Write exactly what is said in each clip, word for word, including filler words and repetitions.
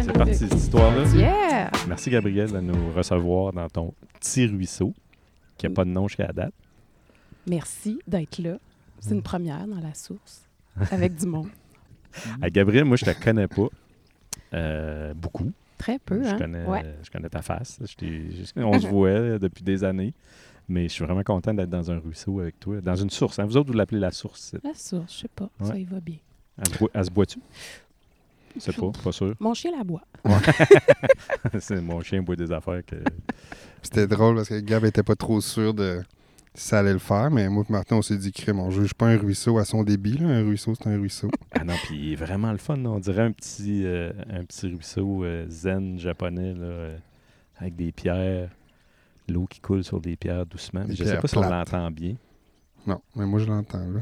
C'est parti, cette histoire-là. Yeah! Merci, Gabrielle, de nous recevoir dans ton petit ruisseau, qui n'a pas de nom jusqu'à la date. Merci d'être là. C'est une première dans la source, avec du monde. À Gabrielle, moi, je te connais pas euh, beaucoup. Très peu, je hein? Connais, Ouais. Je connais ta face. Je t'ai- je- on se voit depuis des années. Mais je suis vraiment content d'être dans un ruisseau avec toi. Dans une source. Hein? Vous autres, vous l'appelez la source. La source, je sais pas. Ouais. Ça y va bien. Elle se, boit, elle se boit-tu? Je sais pas, pas sûr. Mon chien la boit. C'est mon chien boit des affaires que... C'était drôle parce que Gab était pas trop sûr de si ça allait le faire, mais moi et Martin, on s'est dit, crème, on juge pas un ruisseau à son débit. Là. Un ruisseau, c'est un ruisseau. Ah non, puis il est vraiment le fun. Là. On dirait un petit, euh, un petit ruisseau euh, zen japonais, là, euh, avec des pierres, l'eau qui coule sur des pierres doucement. Mais Des je sais pierres pas si on plates. l'entend bien. Non, mais moi, je l'entends, là.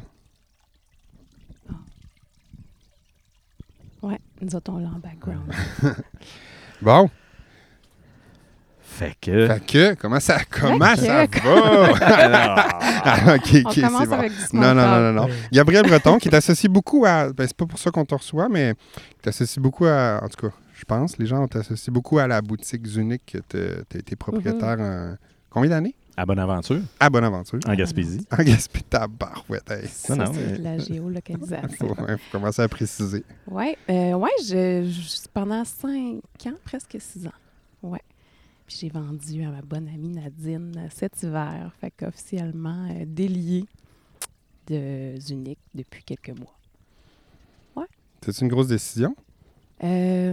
Ouais, nous autres, on l'a en background. Bon, Fait que... fait que, comment ça, comment Fait ça que- va? Ah, ok, On ok, c'est commence bon. avec du small Non, non, talk. non, non, non. Gabriel Breton, qui t'associe beaucoup à... Ben, c'est pas pour ça qu'on te reçoit, mais qui t'associe beaucoup à... En tout cas, je pense, les gens t'associent beaucoup à la boutique Zunique que t'as t'as été propriétaire en... Combien d'années? À bonne aventure, À Bonaventure. en Gaspésie. En Gaspé, tabarouette, hey. Ça, Non, non, c'est mais- de la géolocalisation. Faut, ouais, faut commencer à préciser. Oui, euh, ouais, je, je- pendant cinq ans, presque six ans. Ouais. Puis j'ai vendu à ma bonne amie Nadine euh, cet hiver. Fait qu'officiellement euh, déliée de Zunique depuis quelques mois. C'est une grosse décision? Euh,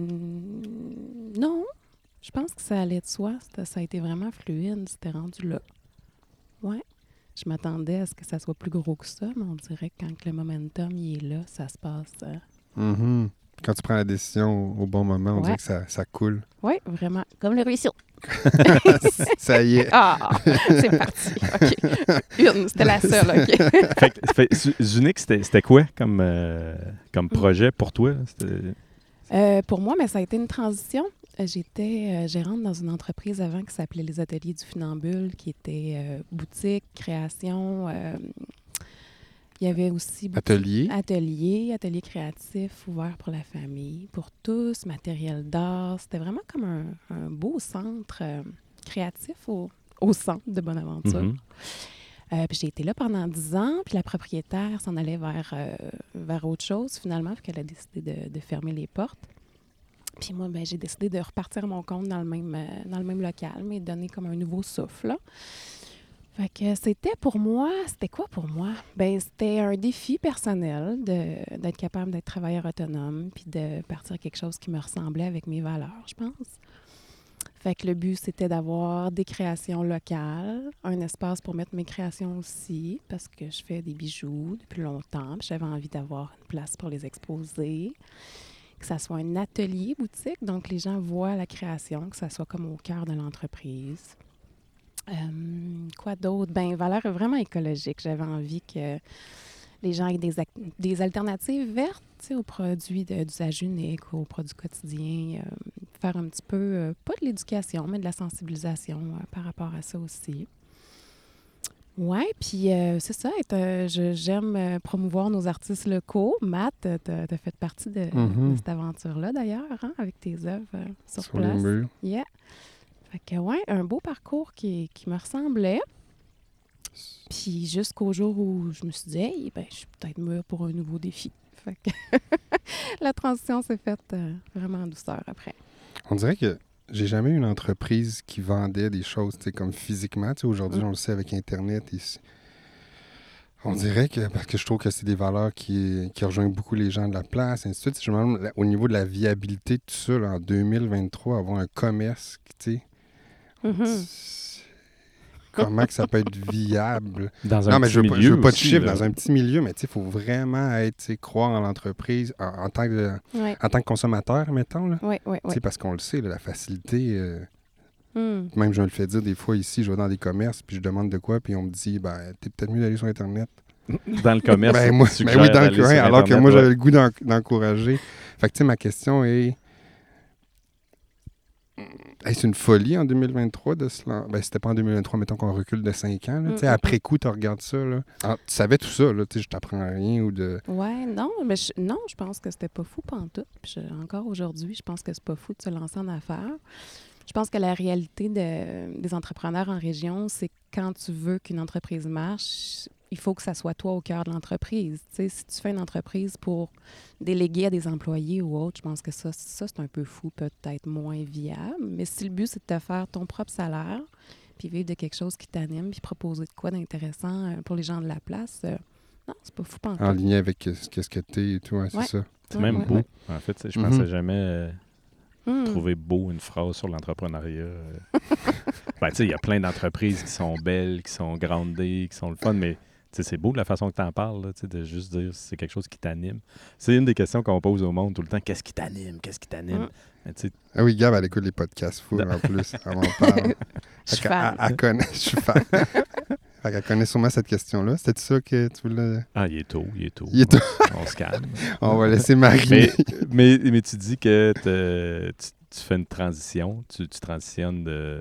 non, je pense que ça allait de soi. C'était- Ça a été vraiment fluide. C'était rendu là. Ouais. Je m'attendais à ce que ça soit plus gros que ça, mais on dirait que quand le momentum il est là, ça se passe. euh, Mhm. Quand tu prends la décision au, au bon moment, on Ouais. dirait que ça, ça coule. Oui, vraiment. Comme le ruisseau. Ça y est. Ah, c'est parti. OK. Une, c'était la seule, OK. Fait que fait, Zu- Zunique, c'était c'était quoi comme, euh, comme projet pour toi? C'était- Euh, pour moi, mais ça a été une transition. Euh, J'étais euh, gérante dans une entreprise avant qui s'appelait les Ateliers du Funambule, qui était euh, boutique, création. euh, il y avait aussi boutique- Atelier. atelier, atelier créatif ouvert pour la famille, pour tous, matériel d'art. C'était vraiment comme un, un beau centre euh, créatif au, au centre de Bonaventure. Mhm. Euh, puis j'ai été là pendant dix ans, puis la propriétaire s'en allait vers, euh, vers autre chose, finalement, puis qu'elle a décidé de, de fermer les portes. Puis moi, ben, j'ai décidé de repartir à mon compte dans le même, euh, dans le même local, mais donner comme un nouveau souffle, là. Fait que c'était pour moi, c'était quoi pour moi? Ben c'était un défi personnel de- d'être capable d'être travailleur autonome, puis de partir à quelque chose qui me ressemblait avec mes valeurs, je pense. Fait que le but, c'était d'avoir des créations locales, un espace pour mettre mes créations aussi, parce que je fais des bijoux depuis longtemps, puis j'avais envie d'avoir une place pour les exposer, que ça soit un atelier boutique, donc les gens voient la création, que ça soit comme au cœur de l'entreprise. Euh, quoi d'autre? Ben valeur vraiment écologique. J'avais envie que les gens aient des, ac- des alternatives vertes, tu sais, aux produits de- d'usage unique, aux produits quotidiens. euh, faire un petit peu, euh, pas de l'éducation, mais de la sensibilisation euh, par rapport à ça aussi. Oui, puis euh, c'est ça. être, euh, je- j'aime euh, promouvoir nos artistes locaux. Matt, tu as fait partie de, Mhm. de cette aventure-là, d'ailleurs, hein, avec tes œuvres euh, sur, Sur les place. murs. Yeah. Fait que, ouais, un beau parcours qui, qui me ressemblait. Puis jusqu'au jour où je me suis dit, hey, ben, je suis peut-être mûre pour un nouveau défi. Fait que la transition s'est faite euh, vraiment en douceur après. On dirait que j'ai jamais eu une entreprise qui vendait des choses, tu sais, comme physiquement. Tu sais, aujourd'hui, Mm. on le sait avec Internet. Et c- on dirait que, parce que je trouve que c'est des valeurs qui, qui rejoignent beaucoup les gens de la place, et ainsi de suite. Je me demande, là, au niveau de la viabilité de tout ça, là, en deux mille vingt-trois, avoir un commerce, tu sais, Mhm. c'est- comment que ça peut être viable? Dans un Non, mais petit je veux, pas, je milieu veux pas de aussi, chiffres là. dans un petit milieu, mais il faut vraiment être, tu sais, croire en l'entreprise en, en tant que, Oui, en tant que consommateur, mettons. Là. oui, oui. Tu sais, parce qu'on le sait, là, la facilité, euh, Hmm. même je me le fais dire des fois ici, je vais dans des commerces, puis je demande de quoi, puis on me dit, ben, t'es peut-être mieux d'aller sur Internet. Dans le commerce, Ben, moi, tu ben suggères oui, dans le d'aller sur ouais, alors que Internet, moi, ouais. j'avais le goût d'en- d'encourager. Fait que, tu sais, ma question est, Hey, c'est une folie en deux mille vingt-trois de se lan- Ben, c'était pas en deux mille vingt-trois, mettons qu'on recule de cinq ans. Là. Mm, Tu sais, mm, après coup, tu regardes ça. Là. Ah, tu savais tout ça, là. Tu sais, je t'apprends rien ou de. Ouais, non, mais je, non, je pense que c'était pas fou pantoute. Puis je- encore aujourd'hui, je pense que c'est pas fou de se lancer en affaires. Je pense que la réalité de- des entrepreneurs en région, c'est que quand tu veux qu'une entreprise marche, il faut que ça soit toi au cœur de l'entreprise. Tu sais, si tu fais une entreprise pour déléguer à des employés ou autre, je pense que ça, ça c'est un peu fou, peut-être moins viable. Mais si le but, c'est de te faire ton propre salaire, puis vivre de quelque chose qui t'anime, puis proposer de quoi d'intéressant euh, pour les gens de la place, euh, non, c'est pas fou pantoute. En lien avec euh, ce qu'est-ce que t'es et tout, ouais, c'est Ouais. ça. C'est Ouais, même ouais, beau. ouais. En fait, tu sais, je Mhm. pensais jamais euh, Hmm. trouver beau une phrase sur l'entrepreneuriat. euh. Ben, tu sais, il y a plein d'entreprises qui sont belles, qui sont groundées, qui sont le fun, mais tu sais, c'est beau la façon que tu en parles, là, tu sais, de juste dire si c'est quelque chose qui t'anime. C'est une des questions qu'on pose au monde tout le temps. Qu'est-ce qui t'anime? Qu'est-ce qui t'anime? Mm. Mais tu sais, Ah oui, Gab, elle écoute les podcasts full en plus. Elle m'en parle. Je suis Fait qu'elle- fan. elle- elle connaît, je suis fan. Fait qu'elle connaît sûrement cette question-là. C'était ça que tu voulais. ah, il est tôt, il est tôt. Il est tôt. On, on se calme. On va laisser mariner. mais, mais, mais tu dis que te- tu, tu fais une transition, tu, tu transitionnes de,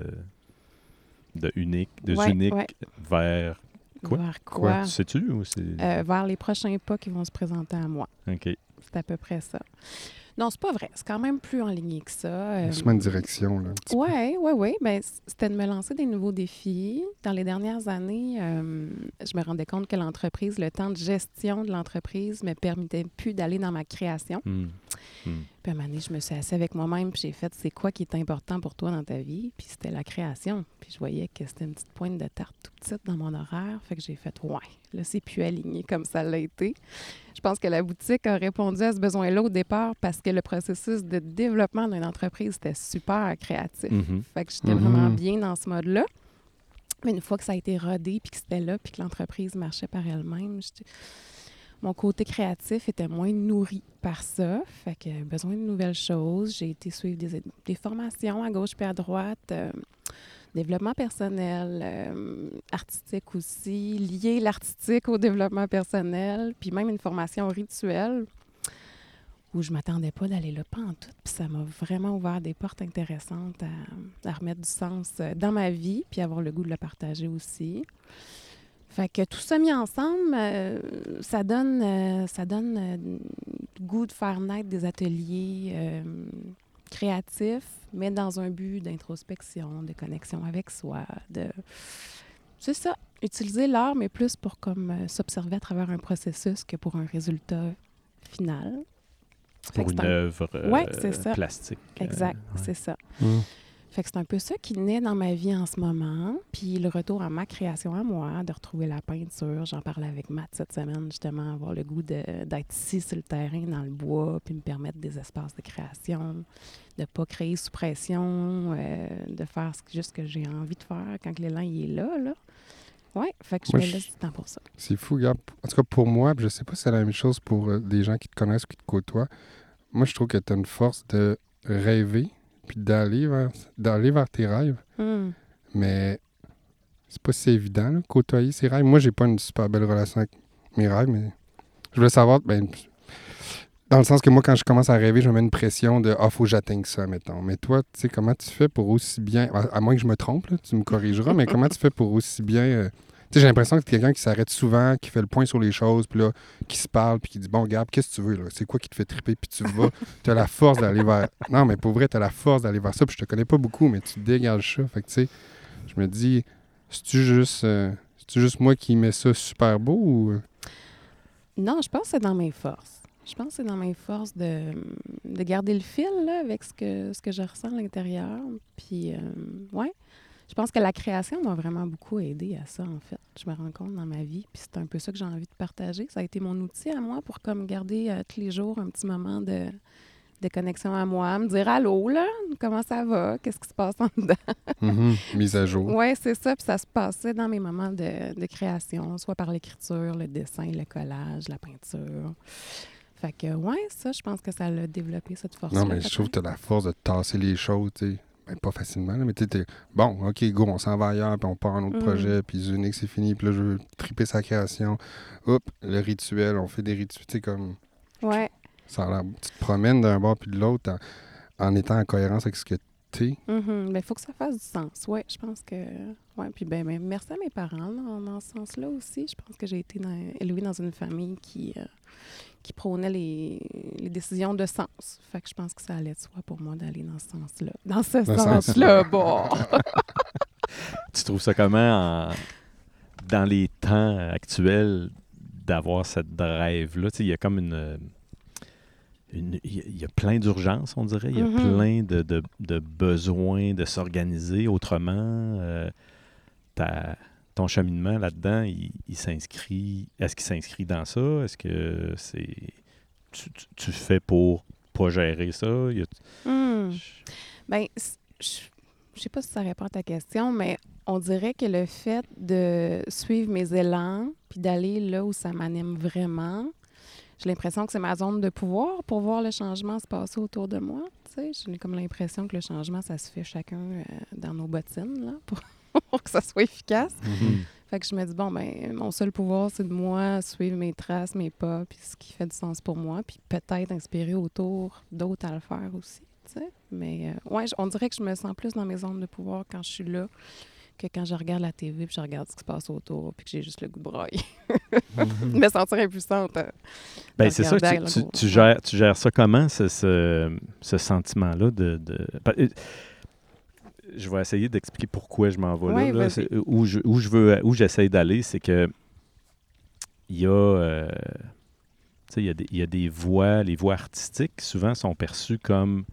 de unique, de Ouais, unique ouais. vers quoi? Vers quoi? Sais-tu ou c'est. Euh, vers les prochains pas qui vont se présenter à moi. OK. C'est à peu près ça. Non, c'est pas vrai. C'est quand même plus enligné que ça. Euh, Sûrement une direction, là. un petit peu. Oui, oui, oui. Ben, c- c'était de me lancer des nouveaux défis. Dans les dernières années, euh, je me rendais compte que l'entreprise, le temps de gestion de l'entreprise me permettait plus d'aller dans ma création. Hmm. Hmm. Puis à un moment donné, je me suis assise avec moi-même puis j'ai fait, c'est quoi qui est important pour toi dans ta vie? Puis c'était la création. Puis je voyais que c'était une petite pointe de tarte tout petite dans mon horaire. Fait que j'ai fait, ouais, là, c'est plus aligné comme ça l'a été. Je pense que la boutique a répondu à ce besoin-là au départ parce que le processus de développement d'une entreprise était super créatif. Mhm. Fait que j'étais Mhm. vraiment bien dans ce mode-là. Mais une fois que ça a été rodé, puis que c'était là, puis que l'entreprise marchait par elle-même, j'étais- mon côté créatif était moins nourri par ça. Fait que besoin de nouvelles choses. J'ai été suivre des, des formations à gauche puis à droite. euh, développement personnel, euh, artistique aussi, lier l'artistique au développement personnel, puis même une formation rituelle où je m'attendais pas d'aller là, pas en tout. Puis ça m'a vraiment ouvert des portes intéressantes à, à remettre du sens euh, dans ma vie, puis avoir le goût de le partager aussi. Fait que tout ça mis ensemble, euh, ça donne, euh, ça donne euh, le goût de faire naître des ateliers euh, créatifs, mais dans un but d'introspection, de connexion avec soi, de... C'est ça, utiliser l'art, mais plus pour comme euh, s'observer à travers un processus que pour un résultat final. Fait Pour que une c'est un- œuvre euh, Ouais, c'est ça. plastique. euh, Exact, ouais. c'est ça. Mm. Fait que c'est un peu ça qui naît dans ma vie en ce moment. Puis le retour à ma création à moi, de retrouver la peinture. J'en parlais avec Matt cette semaine, justement, avoir le goût de- d'être ici sur le terrain, dans le bois, puis me permettre des espaces de création, de ne pas créer sous pression, euh, de faire ce- juste ce que j'ai envie de faire quand l'élan il est là. là. Ouais, fait que je Moi, me je- laisse du temps pour ça. C'est fou, Gab. En tout cas, pour moi, puis je sais pas si c'est la même chose pour euh, des gens qui te connaissent ou qui te côtoient. Moi, je trouve que tu as une force de rêver puis d'aller vers, d'aller vers tes rêves. Hum. Mais c'est pas si évident, là, côtoyer ses rêves. Moi, j'ai pas une super belle relation avec mes rêves, mais je voulais savoir, ben, dans le sens que moi, quand je commence à rêver, je me mets une pression de « Ah, faut que j'atteigne ça, mettons ». Mais toi, tu sais, comment tu fais pour aussi bien... À, à moins que je me trompe, là, tu me corrigeras, mais comment tu fais pour aussi bien... euh, tu sais, j'ai l'impression que tu es quelqu'un qui s'arrête souvent, qui fait le point sur les choses, puis là, qui se parle, puis qui dit « Bon, Gab, qu'est-ce que tu veux, là? C'est quoi qui te fait triper? » Puis tu vas, tu as la force d'aller vers... Non, mais pour vrai, tu as la force d'aller vers ça, puis je te connais pas beaucoup, mais tu dégages ça. Fait que, tu sais, je me dis, c'est-tu juste, euh, c'est-tu juste moi qui mets ça super beau ou... Non, je pense que c'est dans mes forces. Je pense que c'est dans mes forces de, de garder le fil là, avec ce que, ce que je ressens à l'intérieur. Puis, euh, ouais, je pense que la création m'a vraiment beaucoup aidé à ça, en fait. Je me rends compte dans ma vie, puis c'est un peu ça que j'ai envie de partager. Ça a été mon outil à moi pour comme garder euh, tous les jours un petit moment de, de connexion à moi, me dire « Allô, là, comment ça va? Qu'est-ce qui se passe en dedans? » Mhm, mise à jour. Oui, c'est ça. Puis ça se passait dans mes moments de, de création, soit par l'écriture, le dessin, le collage, la peinture. Fait que, ouais, ça, je pense que ça l'a développé, cette force-là. Non, mais je trouve que tu as la force de tasser les choses, tu sais. Ben, pas facilement, là, mais tu sais, bon, OK, go, on s'en va ailleurs, puis on part un autre Mm. projet, puis Zunix, c'est fini, puis là, je veux triper sa création. Oups, le rituel, on fait des rituels, tu sais, comme... Ouais, Ça a l'air... Tu te promènes d'un bord puis de l'autre en, en étant en cohérence avec ce que viabilité. Mm-hmm. Ben, il faut que ça fasse du sens. Oui, je pense que... Ouais, puis ben, ben, merci à mes parents dans, dans ce sens-là aussi. Je pense que j'ai été dans, élevée dans une famille qui, euh, qui prônait les, les décisions de sens. Fait que je pense que ça allait de soi pour moi d'aller dans ce sens-là. Dans ce Dans ce sens-là, bon! Tu trouves ça comment, en- dans les temps actuels, d'avoir cette drive-là? Tu sais, il y a comme une... une- Il y, a- il y a plein d'urgences, on dirait. Il y a Mhm. plein de, de- de besoins de s'organiser autrement. Euh, ta- ton cheminement là-dedans, il, il s'inscrit... Est-ce qu'il s'inscrit dans ça? Est-ce que c'est... Tu, tu- tu fais pour pas gérer ça? Il y a- Hmm. Ben, c- je je sais pas si ça répond à ta question, mais on dirait que le fait de suivre mes élans puis d'aller là où ça m'anime vraiment, j'ai l'impression que c'est ma zone de pouvoir pour voir le changement se passer autour de moi. Tu sais, j'ai comme l'impression que le changement, ça se fait chacun euh, dans nos bottines, là, pour, pour que ça soit efficace. Mhm. Fait que je me dis, bon, ben, mon seul pouvoir, c'est de moi suivre mes traces, mes pas, puis ce qui fait du sens pour moi, puis peut-être inspirer autour d'autres à le faire aussi, tu sais. Mais, euh, ouais, j- on dirait que je me sens plus dans mes zones de pouvoir quand je suis là que quand je regarde la T V puis je regarde ce qui se passe autour puis que j'ai juste le goût de brailler. Mhm. me sentir impuissante. euh, Ben, de c'est ça, regarder tu, à tu- gros. tu Ouais. gères, tu gères ça comment, ce, ce, ce sentiment-là de... de- pa- euh, Je vais essayer d'expliquer pourquoi je m'en vais Ouais, là. là. vas-y. C'est- Où je, où je veux, où j'essaie d'aller, c'est que il y a, euh, tu sais, il y a des, il y a des voies, les voies artistiques souvent sont perçues comme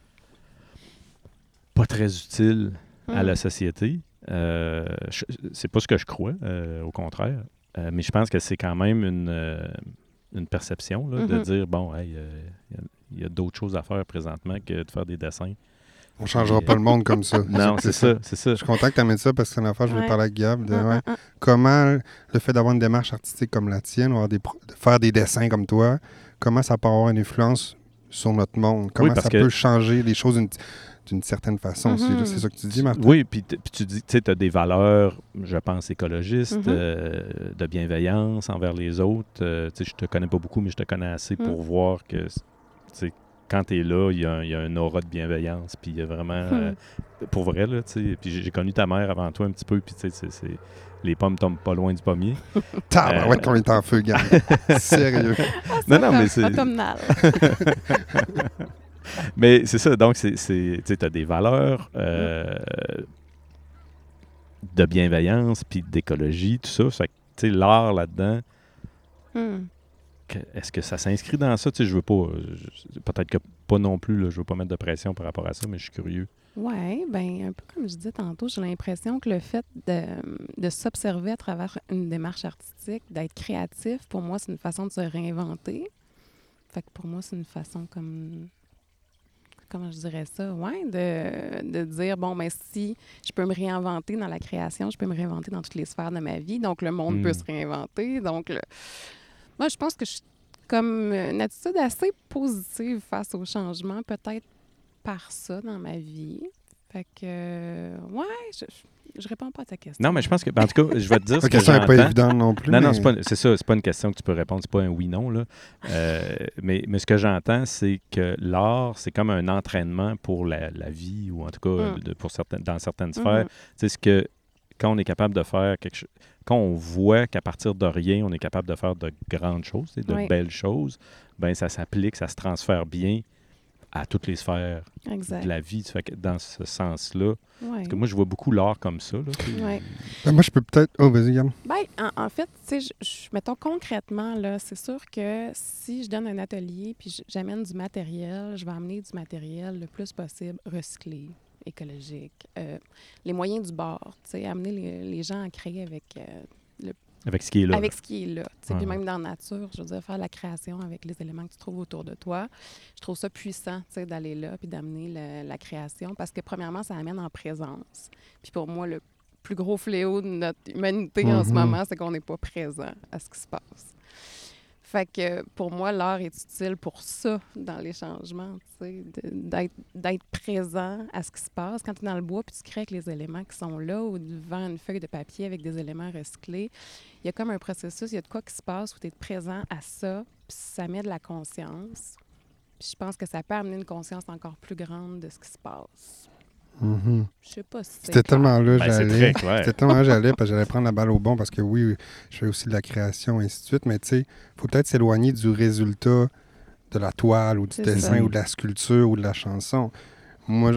pas très utiles à la Mhm. société. Euh, je- c'est pas ce que je crois, euh, au contraire. Euh, mais je pense que c'est quand même une, euh, une perception là, de Mhm. dire bon, hey, euh, il y a- il y a, d'autres choses à faire présentement que de faire des dessins. On changera Et, pas le monde comme ça. Non, c'est ça, c'est ça. Je suis content que tu amènes ça parce que c'est une affaire, je voulais Ouais. parler avec Gab. De, Ah, ouais, ah, ah. comment le fait d'avoir une démarche artistique comme la tienne, ou avoir des pro- de faire des dessins comme toi, comment ça peut avoir une influence sur notre monde? Comment parce ça que- peut changer les choses d'une, d'une certaine façon aussi, là? Mhm. C'est ça que tu dis, Martin? Oui, puis t- puis tu dis, tu sais, tu as des valeurs, je pense, écologistes, Mhm. euh, de bienveillance envers les autres. Euh, tu sais, je te connais pas beaucoup, mais je te connais assez Mhm. pour voir que, tu sais, quand tu es là, il y, a un- il y a un aura de bienveillance, puis il y a vraiment... euh, pour vrai, là, tu sais. Puis j'ai j'ai connu ta mère avant toi un petit peu, puis tu sais, c'est- c'est- les pommes tombent pas loin du pommier. Tabarouette, Euh, on est en feu, Gab. Sérieux. Non, non, mais c'est... Automnal. Mais c'est ça, donc c'est, c'est, tu as des valeurs euh, de bienveillance, puis d'écologie, tout ça. Fait que, tu sais, l'art là-dedans, Hmm. que- est-ce que ça s'inscrit dans ça? Tu sais, je veux pas, euh, je- peut-être que pas non plus, là, je veux pas mettre de pression par rapport à ça, mais je suis curieux. Oui, bien, un peu comme je disais tantôt, j'ai l'impression que le fait de, de s'observer à travers une démarche artistique, d'être créatif, pour moi, c'est une façon de se réinventer. Fait que pour moi, c'est une façon comme... Comment je dirais ça? Oui, de, de dire, bon, ben si je peux me réinventer dans la création, je peux me réinventer dans toutes les sphères de ma vie. Donc, le monde Mm. peut se réinventer. Donc, le- moi, je pense que je suis comme une attitude assez positive face au changement, peut-être par ça dans ma vie. Fait que, euh, ouais, je, je, je réponds pas à ta question. Non, mais je pense que, ben, en tout cas, je vais te dire ce La que question n'est pas j'entends. évidente non plus. Non, non, mais- c'est, pas, c'est ça, c'est pas une question que tu peux répondre, c'est pas un oui-non, là. Euh, mais, mais ce que j'entends, c'est que l'art, c'est comme un entraînement pour la, la vie, ou en tout cas, Mm. de- pour certaines, dans certaines sphères. Mhm. C'est ce que, quand on est capable de faire quelque chose, quand on voit qu'à partir de rien, on est capable de faire de grandes choses, tu sais, de Oui. belles choses, ben ça s'applique, ça se transfère bien à toutes les sphères Exact. de la vie. Ça fait que dans ce sens-là, Ouais. parce que moi, je vois beaucoup l'art comme ça. Là, tu sais. Ouais. Ben, moi, je peux peut-être... Oh, vas-y, Gab. Ben, en, en fait, tu sais, je- je- mettons concrètement, là, c'est sûr que si je donne un atelier puis j- j'amène du matériel, je vais amener du matériel le plus possible recyclé, écologique. Euh, les moyens du bord, tu sais, amener les, les gens à créer avec, euh, Avec ce qui est là. avec ce qui est là. Tu sais, Ouais, puis ouais. même dans la nature, je veux dire, faire la création avec les éléments que tu trouves autour de toi. Je trouve ça puissant, tu sais, d'aller là puis d'amener le- la création parce que, premièrement, ça amène en présence. Puis pour moi, le plus gros fléau de notre humanité en ce Mhm. moment, c'est qu'on n'est pas présent à ce qui se passe. Fait que pour moi, l'art est utile pour ça dans les changements, tu sais, de- d'être, d'être présent à ce qui se passe. Quand tu es dans le bois puis tu crées avec les éléments qui sont là ou devant une feuille de papier avec des éléments recyclés, il y a comme un processus, il y a de quoi qui se passe où tu es présent à ça, puis ça met de la conscience. Puis je pense que ça peut amener une conscience encore plus grande de ce qui se passe. Mhm. Je sais pas si c'est C'était clair. tellement là, Ben, c'est j'allais. très clair. C'était tellement là, j'allais, parce que j'allais prendre la balle au bon, parce que oui, je fais aussi de la création, et ainsi de suite, mais tu sais, il faut peut-être s'éloigner du résultat de la toile, ou du C'est dessin, ça. ou de la sculpture, ou de la chanson. Moi, je-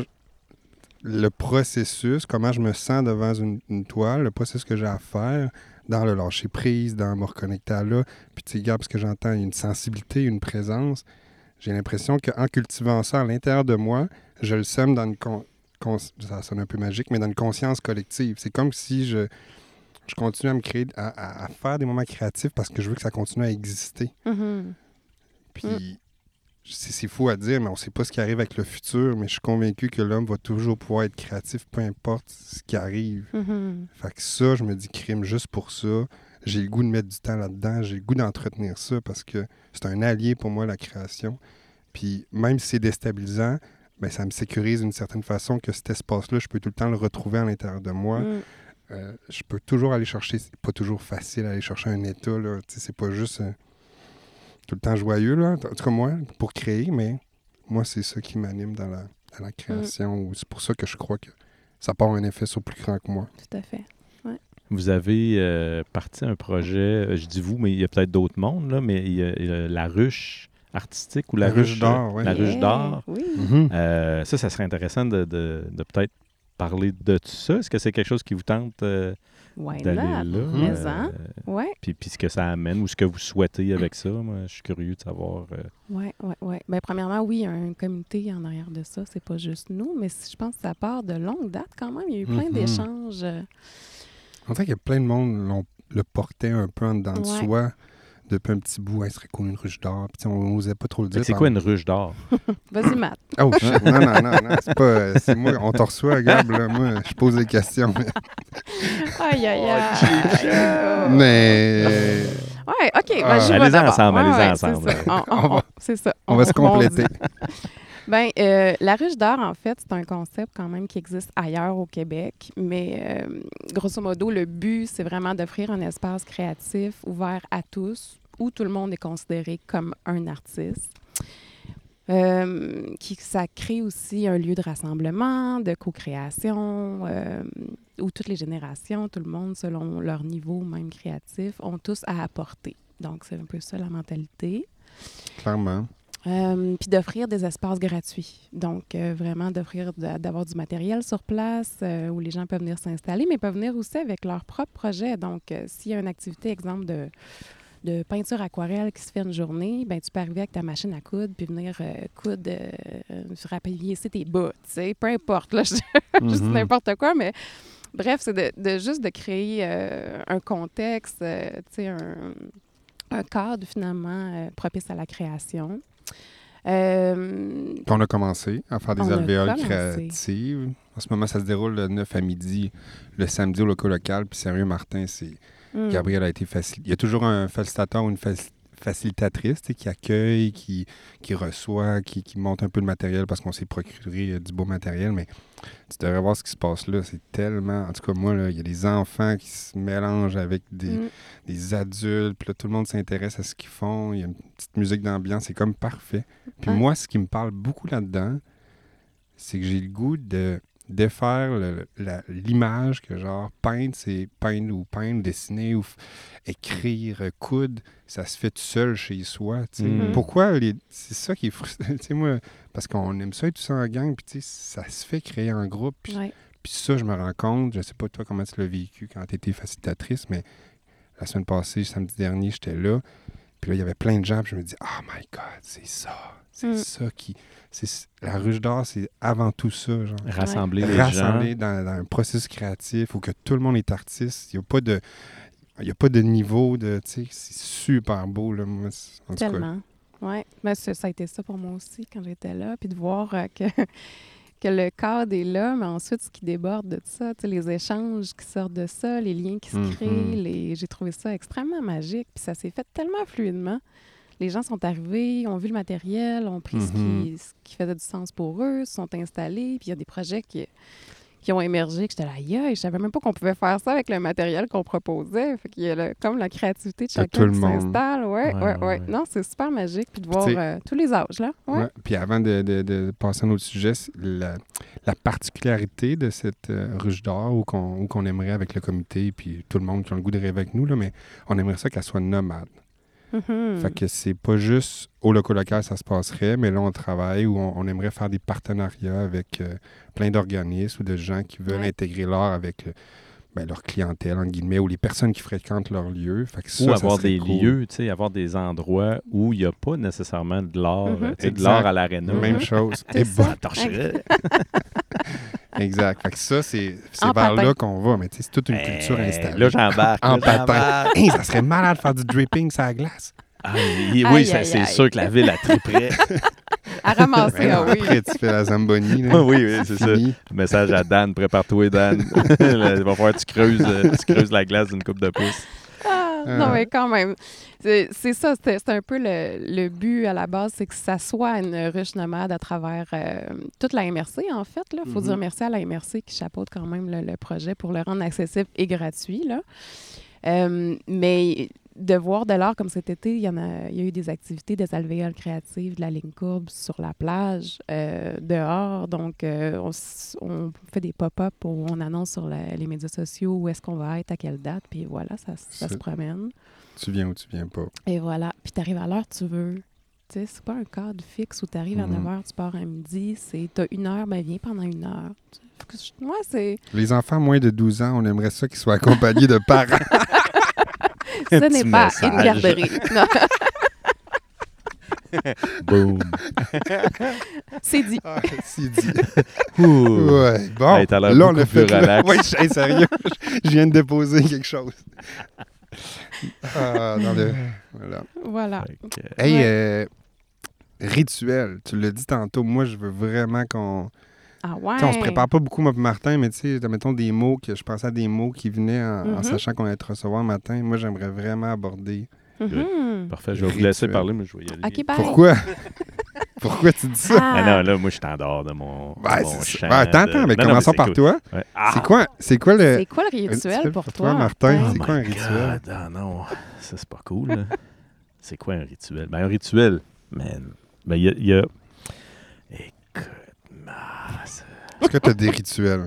le processus, comment je me sens devant une, une toile, le processus que j'ai à faire, dans le lâcher prise, dans me reconnecter à là, puis tu sais, regarde, parce que j'entends une sensibilité, une présence, j'ai l'impression qu'en cultivant ça à l'intérieur de moi, je le sème dans une... Con- cons- ça sonne un peu magique, mais dans une conscience collective. C'est comme si je, je continue à me créer, à, à- à faire des moments créatifs parce que je veux que ça continue à exister. Mhm. Puis, c'est, c'est fou à dire, mais on ne sait pas ce qui arrive avec le futur, mais je suis convaincu que l'homme va toujours pouvoir être créatif, peu importe ce qui arrive. Mhm. Fait que ça, je me dis crime juste pour ça. J'ai le goût de mettre du temps là-dedans, j'ai le goût d'entretenir ça parce que c'est un allié pour moi, la création. Puis même si c'est déstabilisant, ben, ça me sécurise d'une certaine façon que cet espace-là, je peux tout le temps le retrouver à l'intérieur de moi. Mm. Euh, je peux toujours aller chercher, c'est pas toujours facile aller chercher un état, là. Tu sais, c'est pas juste euh, tout le temps joyeux, là. En tout cas, moi, pour créer, mais moi, c'est ça qui m'anime dans la, dans la création. Ou c'est pour ça que je crois que ça part un effet sur plus grand que moi. Tout à fait. Vous avez euh, parti un projet, euh, je dis vous, mais il y a peut-être d'autres mondes, là, mais il y a, il y a la ruche artistique ou la, La ruche d'or, euh, ouais. La ruche Yeah, d'or. Oui. Mhm. Euh, ça, ça serait intéressant de, de, de peut-être parler de tout ça. Est-ce que c'est quelque chose qui vous tente euh, Why d'aller not? là? Mhm. Mais hein? Ouais. Puis, puis ce que ça amène ou ce que vous souhaitez avec ça. Moi, je suis curieux de savoir. euh, Oui, oui, oui. Bien, premièrement, oui, il y a un comité en arrière de ça. C'est pas juste nous, mais c- je pense que ça part de longue date quand même. Il y a eu plein Mhm. d'échanges. euh, On dirait qu'il y a plein de monde l'ont- le portait un peu en dedans de Ouais. soi depuis un petit bout. Hey, ce serait cool une ruche d'or. Puis tu sais, on n'osait pas trop le fait dire. que c'est quoi une ruche d'or? Vas-y, Matt. Oh shit, non, non, non, non, c'est pas... euh, c'est moi, on te reçoit, Gab, là, moi, je pose des questions. Aïe, aïe, aïe. Mais Ouais, OK. Ben, Ah. j'y vais Allez-y d'abord. ensemble, Ouais, allez-y ouais, ensemble. C'est ça. On, on- On va- on- c'est ça. on va se compléter. Ben, euh, la ruche d'or, en fait, c'est un concept quand même qui existe ailleurs au Québec, mais euh, grosso modo, le but, c'est vraiment d'offrir un espace créatif ouvert à tous, où tout le monde est considéré comme un artiste. Euh, qui, ça crée aussi un lieu de rassemblement, de co-création, euh, où toutes les générations, tout le monde, selon leur niveau même créatif, ont tous à apporter. Donc, c'est un peu ça la mentalité. Clairement. Euh, puis d'offrir des espaces gratuits. Donc, euh, vraiment d'offrir, de- d'avoir du matériel sur place euh, où les gens peuvent venir s'installer, mais peuvent venir aussi avec leur propre projet. Donc, euh, s'il y a une activité, exemple, de, de peinture aquarelle qui se fait une journée, ben tu peux arriver avec ta machine à coudre puis venir euh, coudre, euh, rappeler tes bas, tu sais, peu importe, là, je- juste Mhm. n'importe quoi, mais bref, c'est de, de juste de créer euh, un contexte, euh, tu sais, un, un cadre finalement euh, propice à la création. Euh, Puis on a commencé à faire des On a alvéoles commencé. créatives. En ce moment, ça se déroule le neuf à midi, le samedi au local local. Puis sérieux, Martin, c'est... hmm. Gabriel a été facile. Il y a toujours un facilitateur ou une faci- facilitatrice tu sais, qui accueille, qui, qui reçoit, qui, qui monte un peu le matériel parce qu'on s'est procuré euh, du beau matériel. Mais tu devrais voir ce qui se passe là. C'est tellement... En tout cas, moi, là, il y a des enfants qui se mélangent avec des, Hmm. des adultes. Puis là, tout le monde s'intéresse à ce qu'ils font. Il y a une petite musique d'ambiance. C'est comme parfait. Puis Ouais. moi, ce qui me parle beaucoup là-dedans, c'est que j'ai le goût de défaire le- la- l'image que genre peindre, c'est peindre ou peindre, dessiner ou f- écrire, euh, coudre, ça se fait tout seul chez soi. Tu sais. Mhm. Pourquoi les... c'est ça qui est frustrant. Tu sais, moi, parce qu'on aime ça être tout ça en gang, puis tu sais, ça se fait créer en groupe. Puis Ouais. puis ça, je me rends compte, je sais pas toi comment tu l'as vécu quand tu étais facilitatrice, mais la semaine passée, samedi dernier, j'étais là. Puis là, il y avait plein de gens, puis je me dis, oh my God, c'est ça. C'est Mm. ça qui. C'est, la ruche d'or, c'est avant tout ça. Genre. Rassembler les Rassembler gens. dans, dans un processus créatif où que tout le monde est artiste. Il n'y a pas de. Il y a pas de niveau de. Tu sais, c'est super beau, là. Moi, c'est- en tout cas, Tellement. Oui. Ben, ça, ça a été ça pour moi aussi quand j'étais là. Puis de voir euh, que, que le cadre est là, mais ensuite, ce qui déborde de ça, tu sais, les échanges qui sortent de ça, les liens qui se Mhm. créent, les... j'ai trouvé ça extrêmement magique. Puis ça s'est fait tellement fluidement. Les gens sont arrivés, ont vu le matériel, ont pris ce, Mhm. qui, ce qui faisait du sens pour eux, se sont installés. Puis il y a des projets qui, qui ont émergé, que j'étais là, aïe, aïe, je savais même pas qu'on pouvait faire ça avec le matériel qu'on proposait. Fait qu'il y a le- comme la créativité de De chacun tout le qui monde. s'installe. Ouais, Ouais, ouais, ouais, ouais. ouais. Non, c'est super magique. Puis de Puis voir tu sais- euh, tous les âges, là. Ouais. Ouais. Puis avant de, de- de passer à un autre sujet, c'est la, la particularité de cette euh, ruche d'or où qu'on, où qu'on aimerait avec le comité, puis tout le monde qui a le goût de rêver avec nous, là, mais on aimerait ça qu'elle soit nomade. Mhm. Fait que c'est pas juste au local local ça se passerait, mais là on travaille où on, on aimerait faire des partenariats avec euh, plein d'organismes ou de gens qui veulent Ouais. intégrer l'art avec euh, ben, leur clientèle, en guillemets, ou les personnes qui fréquentent leur lieu. Fait que ça, Ou ça avoir serait des cool. lieux, tu sais, avoir des endroits où il n'y a pas nécessairement de l'art, Mhm. euh, tu sais, de Exact. l'art à l'aréna. Même Mhm. chose. C'est Et ça. bon, La torcherait. exact. Fait que ça, c'est, c'est En vers là patin. qu'on va, mais tu sais, c'est toute une culture Eh, installée. Là, j'embarque. En là, patin. j'embarque. Hey, ça serait malade de faire du dripping sur la glace. Ah, oui, Aïe, ça, aïe, c'est aïe. sûr que la ville a triperait. À ramasser, Ben ah non, oui. Après, tu fais la Zamboni. Là. oui, oui, c'est ça. Fini. Message à Dan, prépare-toi, Dan. Là, il va falloir que tu creuses, euh, tu creuses la glace d'une coupe de pouce. Ah, Euh. Non, mais quand même. C'est c'est ça, c'était c'est un peu le, le but à la base, c'est que ça soit une ruche nomade à travers euh, toute la M R C, en fait. Il faut Mhm. dire merci à la M R C qui chapeaute quand même le, le projet pour le rendre accessible et gratuit. Là. Euh, mais de voir de l'art comme cet été, il y, en a, il y a eu des activités, des alvéoles créatives, de la ligne courbe sur la plage, euh, dehors. Donc, euh, on, s- on fait des pop-up où on annonce sur la- les médias sociaux où est-ce qu'on va être, à quelle date, puis voilà, ça, ça se C'est- promène. Tu viens ou tu viens pas. Et voilà. Puis tu arrives à l'heure que tu veux. Tu sais, c'est pas un cadre fixe où tu arrives à Mhm. neuf heures, tu pars à midi. C'est t'as une heure, ben viens pendant une heure. Tu sais, fait que je- Moi, c'est. Les enfants moins de douze ans, on aimerait ça qu'ils soient accompagnés de parents. Ce petit n'est pas message. une garderie. Non, Boom. c'est dit. Ah, c'est dit. Ouh. Ouais, bon. Hey, t'as l'air là, on beaucoup a fait plus le- relax. Ouais, je- hey, sérieux, je viens de déposer quelque chose. Ah, dans le... Voilà. Voilà. Fait que, Hey, Ouais. euh, rituel, tu l'as dit tantôt, moi, je veux vraiment qu'on... Ah ouais. Tu sais, on se prépare pas beaucoup, moi et Martin, mais tu sais, mettons des mots, que je pensais à des mots qui venaient en, en Mhm. sachant qu'on allait te recevoir un matin. Moi, j'aimerais vraiment aborder... Mhm. Parfait, je vais vous laisser Rituel. parler, mais je vais y aller. OK, bye. Pourquoi? Pourquoi tu dis ça? Ah. Ah non, là, moi, je suis en dehors de mon, de Ouais, mon c'est champ. ça. Ouais, attends, de- attends, mais Non, non, commençons c'est par cool. toi. Ouais. Ah! C'est quoi, c'est quoi le... C'est quoi le un rituel pour pour toi? toi, Martin? Ouais. C'est quoi un my rituel? God, ah non, ça, c'est pas cool. là. C'est quoi un rituel? Ben, un rituel, man. Ben, il y a... il y a- Écoute, ah, ça- Est-ce que tu as des rituels?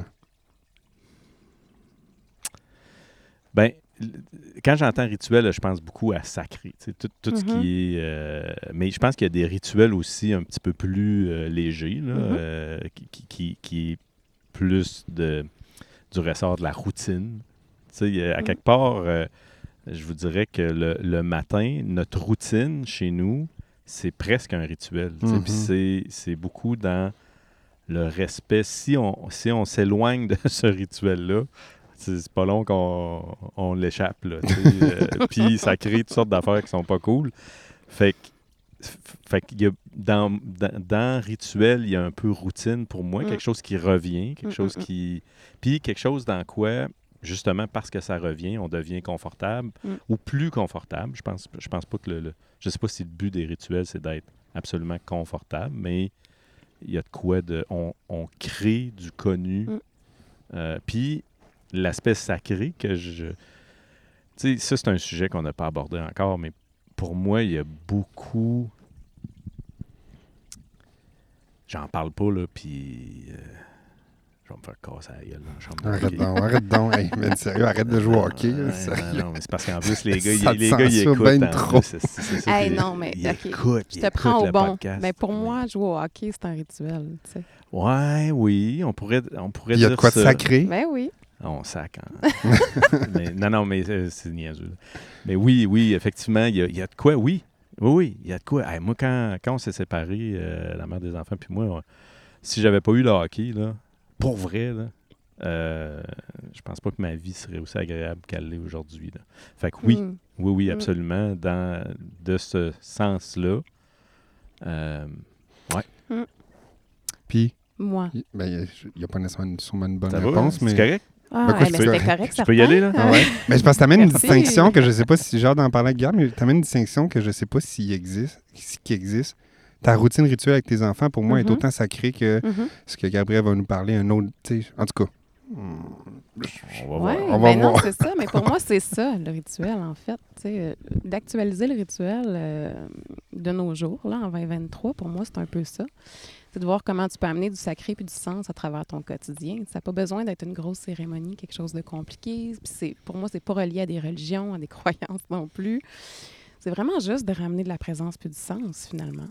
Ben, l- quand j'entends rituel, je pense beaucoup à sacré. Tu sais, Tout, tout ce Mhm. qui est. euh, mais je pense qu'il y a des rituels aussi un petit peu plus euh, légers, là, Mhm. euh, qui, qui, qui, qui est plus de, du ressort de la routine. Tu sais, il y a- à Mhm. quelque part, euh, je vous dirais que le, le matin, notre routine chez nous, c'est presque un rituel. tu sais, Mhm. Puis c'est, c'est beaucoup dans le respect. Si on, si on s'éloigne de ce rituel-là, c'est c'est pas long qu'on on l'échappe. Là, tu sais, euh, puis ça crée toutes sortes d'affaires qui sont pas cool. Fait que, f- fait qu'il y a, dans, dans, dans rituel, il y a un peu routine pour moi, Mm. quelque chose qui revient, quelque Mm, chose mm, mm. qui... Puis quelque chose dans quoi, justement, parce que ça revient, on devient confortable Mm. ou plus confortable. Je pense, je pense pas que le, le- Je sais pas si le but des rituels, c'est d'être absolument confortable, mais il y a de quoi de... On, on crée du connu. Mm. Euh, puis l'aspect sacré que je... Tu sais, ça, c'est un sujet qu'on n'a pas abordé encore, mais pour moi, il y a beaucoup... J'en parle pas, là, puis... euh, je vais me faire casser la gueule dans la chambre. de Arrête hockey. donc, arrête donc. Hey, mais sérieux, arrête de jouer au hockey. là, Ouais, sérieux. non, non, mais c'est parce qu'en plus, les gars, Ça ils, te les gars, ils censure écoutent. ben en trop. plus, c'est- c'est- c'est ça, Hey, puis non, mais, ils OK. écoutent, Je ils te prends écoutent au le bon. podcast. Mais pour moi, jouer au hockey, c'est un rituel. Tu sais. Ouais, oui, on pourrait, on pourrait Il y a de dire quoi de ça. sacré. Ben oui. On sac. Hein. mais, non, non, mais euh, c'est niaiseux. Mais oui, oui, effectivement, il y, a- il y a de quoi, oui. Oui, oui, il y a de quoi. Hey, moi, quand, quand on s'est séparés, euh, la mère des enfants, puis moi, on- si j'avais pas eu le hockey, là, pour vrai, là, euh, je pense pas que ma vie serait aussi agréable qu'elle l'est aujourd'hui. Là. Fait que oui, Mm. oui, oui, Mm. absolument. Dans, de ce sens-là, euh, Puis, Moi. il ben, n'y a pas nécessairement une, sûrement une bonne ça va? réponse, C'est mais... correct? Ah, Ben, quoi, eh je ben, peux- c'était correct, je peux y aller, là? certain. Ah ouais. Mais c'est parce que tu amènes une Merci. distinction que je sais pas si j'ai hâte d'en parler avec Gab, mais tu amènes une distinction que je sais pas s'il existe, si- qui existe. Ta routine rituelle avec tes enfants, pour moi, est Mhm. autant sacrée que Mhm. ce que Gabriel va nous parler, un autre, tu sais, en tout cas. Hmm. On va Oui, voir. On va ben non, voir. c'est ça. Mais pour moi, c'est ça, le rituel, en fait. Tu sais, euh, d'actualiser le rituel euh, de nos jours, là, en vingt vingt-trois, pour moi, c'est un peu ça. C'est de voir comment tu peux amener du sacré puis du sens à travers ton quotidien. Ça n'a pas besoin d'être une grosse cérémonie, quelque chose de compliqué. Puis c'est, pour moi, c'est pas relié à des religions, à des croyances non plus. C'est vraiment juste de ramener de la présence puis du sens, finalement.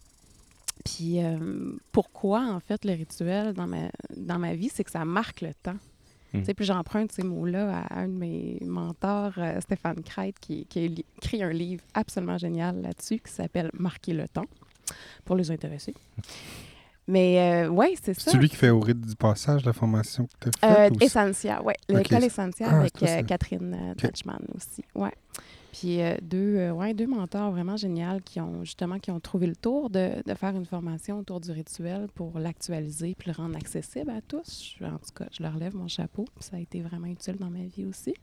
Puis euh, pourquoi, en fait, le rituel dans ma, dans ma vie, c'est que ça marque le temps. Mm. Tu sais, puis j'emprunte ces mots-là à un de mes mentors, euh, Stéphane Crête, qui, qui a li- écrit un livre absolument génial là-dessus qui s'appelle « Marquer le temps » pour les intéressés. Mais euh, oui, c'est ça. C'est lui qui fait au rythme du passage la formation que tu as Euh, faite? ou c'est- Essentia, oui. L'école Ok. Essentia Ah, avec ça, euh, c'est- Catherine euh, Dutchman aussi. Ouais. Puis euh, deux, euh, ouais, deux mentors vraiment géniaux qui ont justement qui ont trouvé le tour de, de faire une formation autour du rituel pour l'actualiser puis le rendre accessible à tous. Je- en tout cas, je leur lève mon chapeau. Puis ça a été vraiment utile dans ma vie aussi.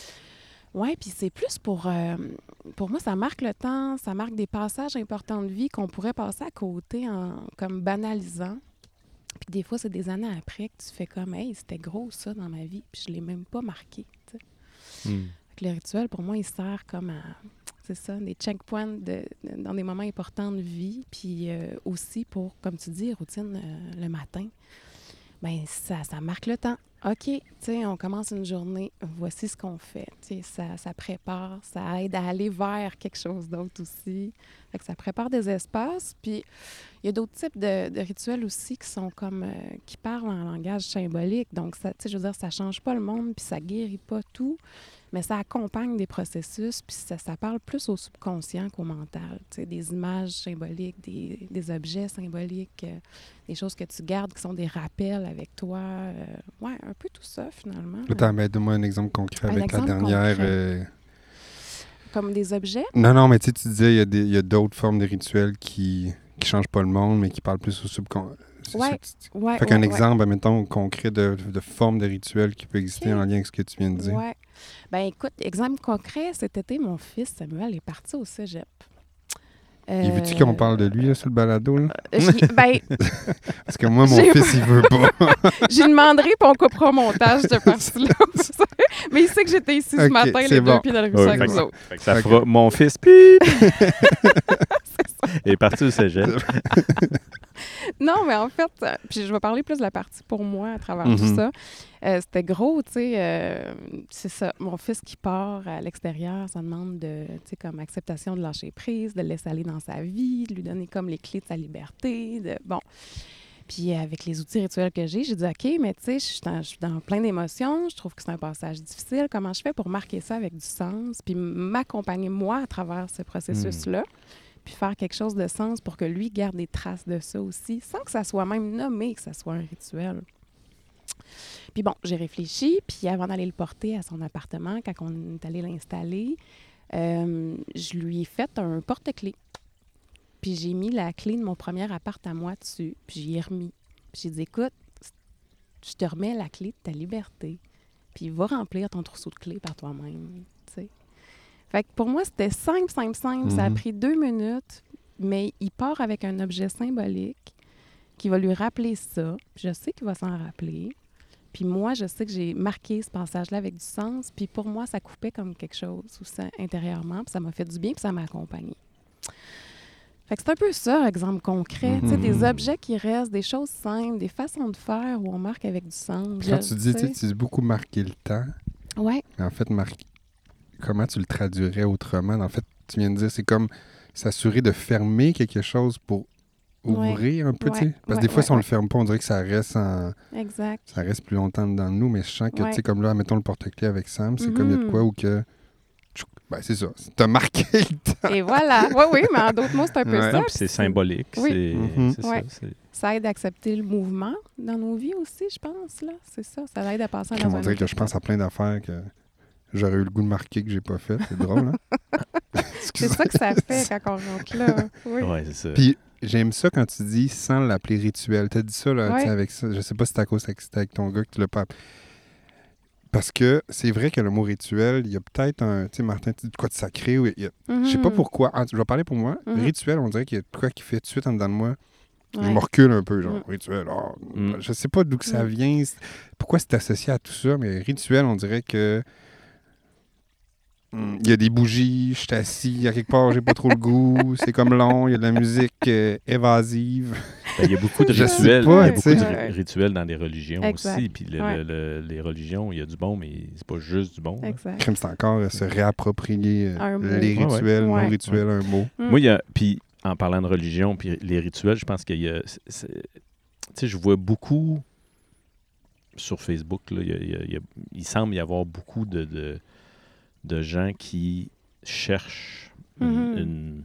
Oui, puis c'est plus pour... euh, pour moi, ça marque le temps, ça marque des passages importants de vie qu'on pourrait passer à côté en comme banalisant. Puis des fois, c'est des années après que tu fais comme « Hey, c'était gros ça dans ma vie, puis je l'ai même pas marqué. » tu sais. Mm. Fait que le rituel, pour moi, il sert comme à, c'est ça, des checkpoints de, de- dans des moments importants de vie, puis euh, aussi pour, comme tu dis, routine euh, le matin. Bien, ça, ça marque le temps. OK, tu sais, on commence une journée, voici ce qu'on fait. Tu sais, ça, ça prépare, ça aide à aller vers quelque chose d'autre aussi. Fait que ça prépare des espaces, puis il y a d'autres types de, de rituels aussi qui sont comme, euh, qui parlent en langage symbolique. Donc, ça, tu sais, je veux dire, ça change pas le monde, puis ça guérit pas tout, mais ça accompagne des processus, puis ça, ça parle plus au subconscient qu'au mental. Tu sais, des images symboliques, des, des objets symboliques, euh, des choses que tu gardes qui sont des rappels avec toi. Euh, ouais, un peu tout ça, finalement. Attends, ben, donne-moi un exemple concret Un avec exemple la dernière. concret. euh, Comme des objets. Non, non, mais tu sais, tu disais, il y a des- il y a d'autres formes de rituels qui ne changent pas le monde, mais qui parlent plus au subconscient. Ouais, ouais, Fait qu'un ouais, ouais. exemple, mettons, concret de, de forme de rituel qui peut exister Ok. en lien avec ce que tu viens de dire. Ouais. Ben écoute, exemple concret, cet été, mon fils Samuel est parti au cégep. Et veux-tu Euh, qu'on parle de lui là, sur le balado? Là? j'y- ben, Parce que moi, mon j'ai- fils, il veut pas. j'y demanderai puis on coupera au montage de partie-là. Mais il sait que j'étais ici ce Ok, matin, c'est les bon. deux pieds dans le Ouais, ruisseau fait, avec que, vous autres. fait que ça Ok. fera mon fils pip est parti au cégep. Non, mais en fait, euh, puis je vais parler plus de la partie pour moi à travers tout Mhm. ça. Euh, c'était gros, tu sais, euh, c'est ça. Mon fils qui part à l'extérieur, ça demande de, tu sais, comme acceptation de lâcher prise, de le laisser aller dans sa vie, de lui donner comme les clés de sa liberté, de, bon. Puis avec les outils rituels que j'ai, j'ai dit, OK, mais tu sais, je suis dans, je suis dans plein d'émotions, je trouve que c'est un passage difficile. Comment je fais pour marquer ça avec du sens, puis m'accompagner, moi, à travers ce processus-là, puis faire quelque chose de sens pour que lui garde des traces de ça aussi, sans que ça soit même nommé, que ça soit un rituel. Puis bon, j'ai réfléchi, puis avant d'aller le porter à son appartement, quand on est allé l'installer, euh, je lui ai fait un porte-clés. Puis j'ai mis la clé de mon premier appart à moi dessus, puis j'y ai remis. Puis j'ai dit, écoute, je te remets la clé de ta liberté, puis va remplir ton trousseau de clés par toi-même, tu sais. Fait que pour moi, c'était simple, simple, simple. Ça a Mhm. pris deux minutes, mais il part avec un objet symbolique qui va lui rappeler ça. Puis je sais qu'il va s'en rappeler. Puis moi, je sais que j'ai marqué ce passage-là avec du sens. Puis pour moi, ça coupait comme quelque chose aussi intérieurement. Puis ça m'a fait du bien, puis ça m'a accompagné. Fait que c'est un peu ça, exemple concret. Tu sais, des Mhm. objets qui restent, des choses simples, des façons de faire où on marque avec du sens. Puis quand Je- tu dis, tu sais, sais. tu dis beaucoup marquer le temps, Ouais. mais en fait, marquer, comment tu le traduirais autrement? En fait, tu viens de dire, c'est comme s'assurer de fermer quelque chose pour Ouais. ouvrir un peu, tu sais. Ouais, Parce que ouais, des fois, ouais, si on ouais. le ferme pas, on dirait que ça reste en... Exact. ça reste plus longtemps dans nous, mais je sens que, Ouais. tu sais, comme là, mettons le porte-clés avec Sam, c'est comme il y a de Mhm. quoi ou que... tchouk, ben, c'est ça. T'as marqué le temps. Et voilà. Oui, oui, mais en d'autres mots, c'est un peu Ouais. ça. Non, puis c'est symbolique. Oui. C'est Mhm. c'est Ouais. ça. c'est- Ça aide à accepter le mouvement dans nos vies aussi, je pense. Là. C'est ça. Ça aide à passer Puis dans on un dirait autre que je pense à plein d'affaires que j'aurais eu le goût de marquer que j'ai pas fait. C'est drôle, hein? C'est ça que ça fait quand on rentre là. Oui. Ouais, c'est ça. Puis j'aime ça quand tu dis sans l'appeler rituel. T'as dit ça, là, Ouais. tu sais, avec ça. Je sais pas si c'est à cause que c'était avec ton gars que tu l'as pas. Parce que c'est vrai que le mot rituel, il y a peut-être un. Tu sais, Martin, tu dis de quoi de sacré. Ou il y a- Je sais pas Mhm. pourquoi. Ah, je vais parler pour moi. Mhm. Rituel, on dirait qu'il y a de quoi qui fait tout de suite en dedans de moi. Je Ouais. me recule un peu, genre, Mm. rituel. Oh, Mm. Je sais pas d'où que ça Mm. vient, c'est- pourquoi c'est associé à tout ça, mais rituel, on dirait que hum, il y a des bougies, je suis assis, à quelque part, j'ai pas trop le goût, c'est comme long, il y a de la musique euh, évasive. Ben, il y a beaucoup de Je sais rituels. pas, il y a tu beaucoup de sais. ri- Ouais. rituels dans les religions Exact. aussi. Puis le- Ouais. le- le- les religions, il y a du bon, mais c'est pas juste du bon. là. Exact. Crime, c'est encore euh, se réapproprier euh, Un mot. les Ouais, ouais. rituels, Ouais. non-rituels, un mot. Mm. Moi, il y a. Puis en parlant de religion, puis les rituels, je pense qu'il y a. c'est- c'est- Tu sais, je vois beaucoup sur Facebook, là, il, y a- il y a- il y a- il semble y avoir beaucoup de, de, de gens qui cherchent une, Mhm. une-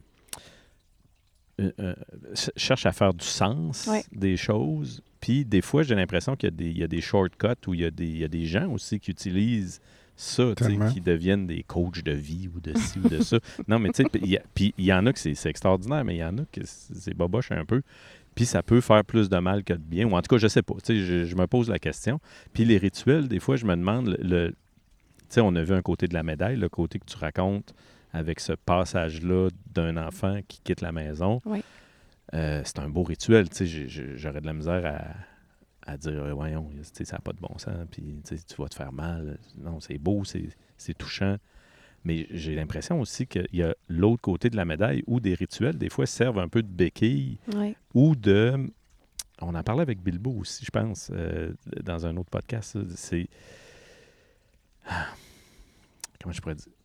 une- euh, ch- cherchent à faire du sens Ouais. des choses. Puis des fois, j'ai l'impression qu'il y a des, il y a des shortcuts où il y a des, il y a des gens aussi qui utilisent ça, tu sais, Tellement. qui deviennent des coachs de vie ou de ci ou de ça. Non, mais tu sais, puis il y a- puis il y en a que c'est c'est extraordinaire, mais il y en a que c'est c'est boboche un peu. Puis ça peut faire plus de mal que de bien. Ou en tout cas, je sais pas. Tu sais, je, je me pose la question. Puis les rituels, des fois, je me demande, le, le- tu sais, on a vu un côté de la médaille, le côté que tu racontes avec ce passage-là d'un enfant qui quitte la maison. Oui. Euh, c'est un beau rituel. Tu sais, j'ai- j'ai- j'aurais de la misère à, à dire, euh, voyons, tu sais, ça n'a pas de bon sens, puis tu sais, tu vas te faire mal. Non, c'est beau, c'est c'est touchant. Mais j'ai l'impression aussi qu'il y a l'autre côté de la médaille où des rituels, des fois, servent un peu de béquille Ouais. ou de... On en parlait avec Bilbo aussi, je pense, euh, dans un autre podcast. ça. C'est... Ah, comment je pourrais dire?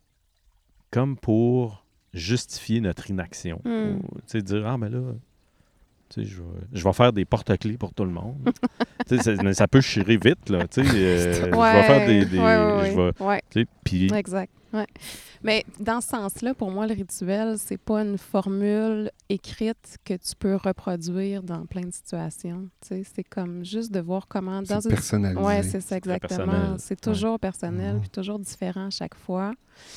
Comme pour justifier notre inaction. Mm. Ou, tu sais, dire, ah, mais là, tu sais, je vais, je vais faire des porte-clés pour tout le monde. Tu sais, ça, mais ça peut chirer vite, là. Tu sais, euh, je vais faire des... des- Ouais, ouais, je vais, ouais. tu sais, puis... Exact. Ouais. Mais dans ce sens-là, pour moi, le rituel, c'est pas une formule écrite que tu peux reproduire dans plein de situations. Tu sais, c'est comme juste de voir comment dans C'est une personnalisé. ouais, c'est ça C'est très exactement. personnel. C'est toujours Ouais. personnel, Mhm. puis toujours différent à chaque fois.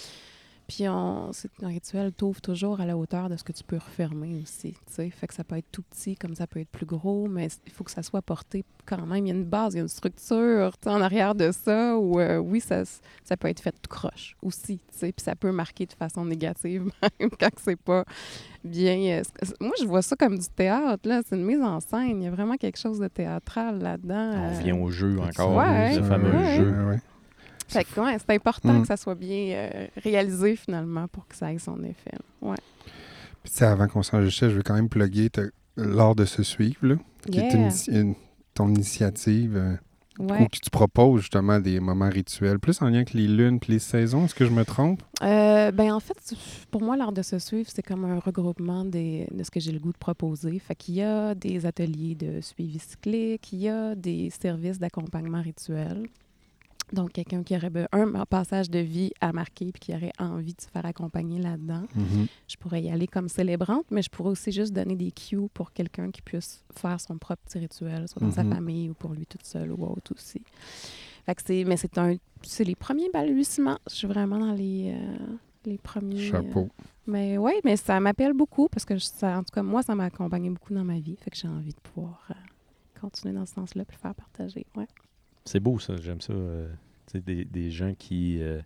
Puis on, c'est un rituel t'ouvre toujours à la hauteur de ce que tu peux refermer aussi. Tu sais, fait que ça peut être tout petit comme ça peut être plus gros, mais il faut que ça soit porté quand même. Il y a une base, il y a une structure, tu sais, en arrière de ça. Ou euh, oui, ça, ça peut être fait tout croche aussi. Tu sais, puis ça peut marquer de façon négative même quand c'est pas bien. euh, c'est- moi, je vois ça comme du théâtre. Là, c'est une mise en scène. Il y a vraiment quelque chose de théâtral là-dedans. On euh, vient au jeu encore, Ouais. le fameux Ouais. jeu. Ouais, ouais. Fait que, ouais, c'est important Mm. que ça soit bien euh, réalisé finalement pour que ça ait son effet. Ouais. Puis tu sais, avant qu'on s'enregistre, je veux quand même plugger ta- l'art de se suivre, là, qui est une, Yeah. une- ton initiative euh, Ouais. où tu proposes justement des moments rituels, plus en lien avec les lunes puis les saisons. Est-ce que je me trompe? Euh, ben en fait, pour moi, l'art de se suivre, c'est comme un regroupement des, de ce que j'ai le goût de proposer. Fait qu'il y a des ateliers de suivi cyclique, il y a des services d'accompagnement rituel. Donc, quelqu'un qui aurait be- un passage de vie à marquer puis qui aurait envie de se faire accompagner là-dedans. Mhm. Je pourrais y aller comme célébrante, mais je pourrais aussi juste donner des cues pour quelqu'un qui puisse faire son propre petit rituel, soit dans sa Mhm. famille ou pour lui toute seule ou autre aussi. Fait que c'est, mais c'est un, c'est les premiers balbutiements. Je suis vraiment dans les, euh, les premiers. Chapeau. euh, mais oui, mais ça m'appelle beaucoup parce que je- ça, en tout cas, moi, ça m'a accompagné beaucoup dans ma vie. Fait que j'ai envie de pouvoir euh, continuer dans ce sens-là puis le faire partager. Ouais. C'est beau, ça. J'aime ça. euh, tu sais, des, des gens qui, euh,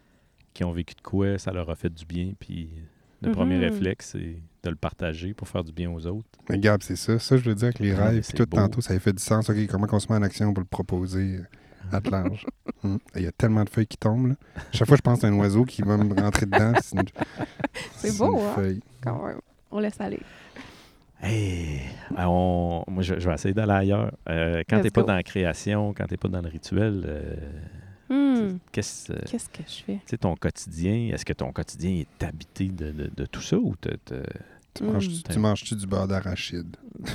qui ont vécu de quoi, ça leur a fait du bien. Puis le Mhm. premier réflexe, c'est de le partager pour faire du bien aux autres. Mais Gab, c'est ça. Ça, je veux dire, avec les Ah, mais rêves, c'est puis tout beau. tantôt, ça a fait du sens. OK, comment on se met en action pour le proposer euh, à large? Hum. Il y a tellement de feuilles qui tombent. Là. Chaque fois, je pense à un oiseau qui va me rentrer dedans. C'est, une- C'est c'est beau, une hein? feuille. Quand même. On laisse aller. Hey, ah, on- moi, je, je vais essayer d'aller ailleurs. Euh, quand Let's t'es pas go. dans la création, quand t'es pas dans le rituel, euh, Hmm. qu'est-ce que Qu'est-ce que je fais? tu sais, ton quotidien, est-ce que ton quotidien est habité de, de- de tout ça ou t'as- t'as- Tu, Hum. manges, tu manges-tu du beurre d'arachide?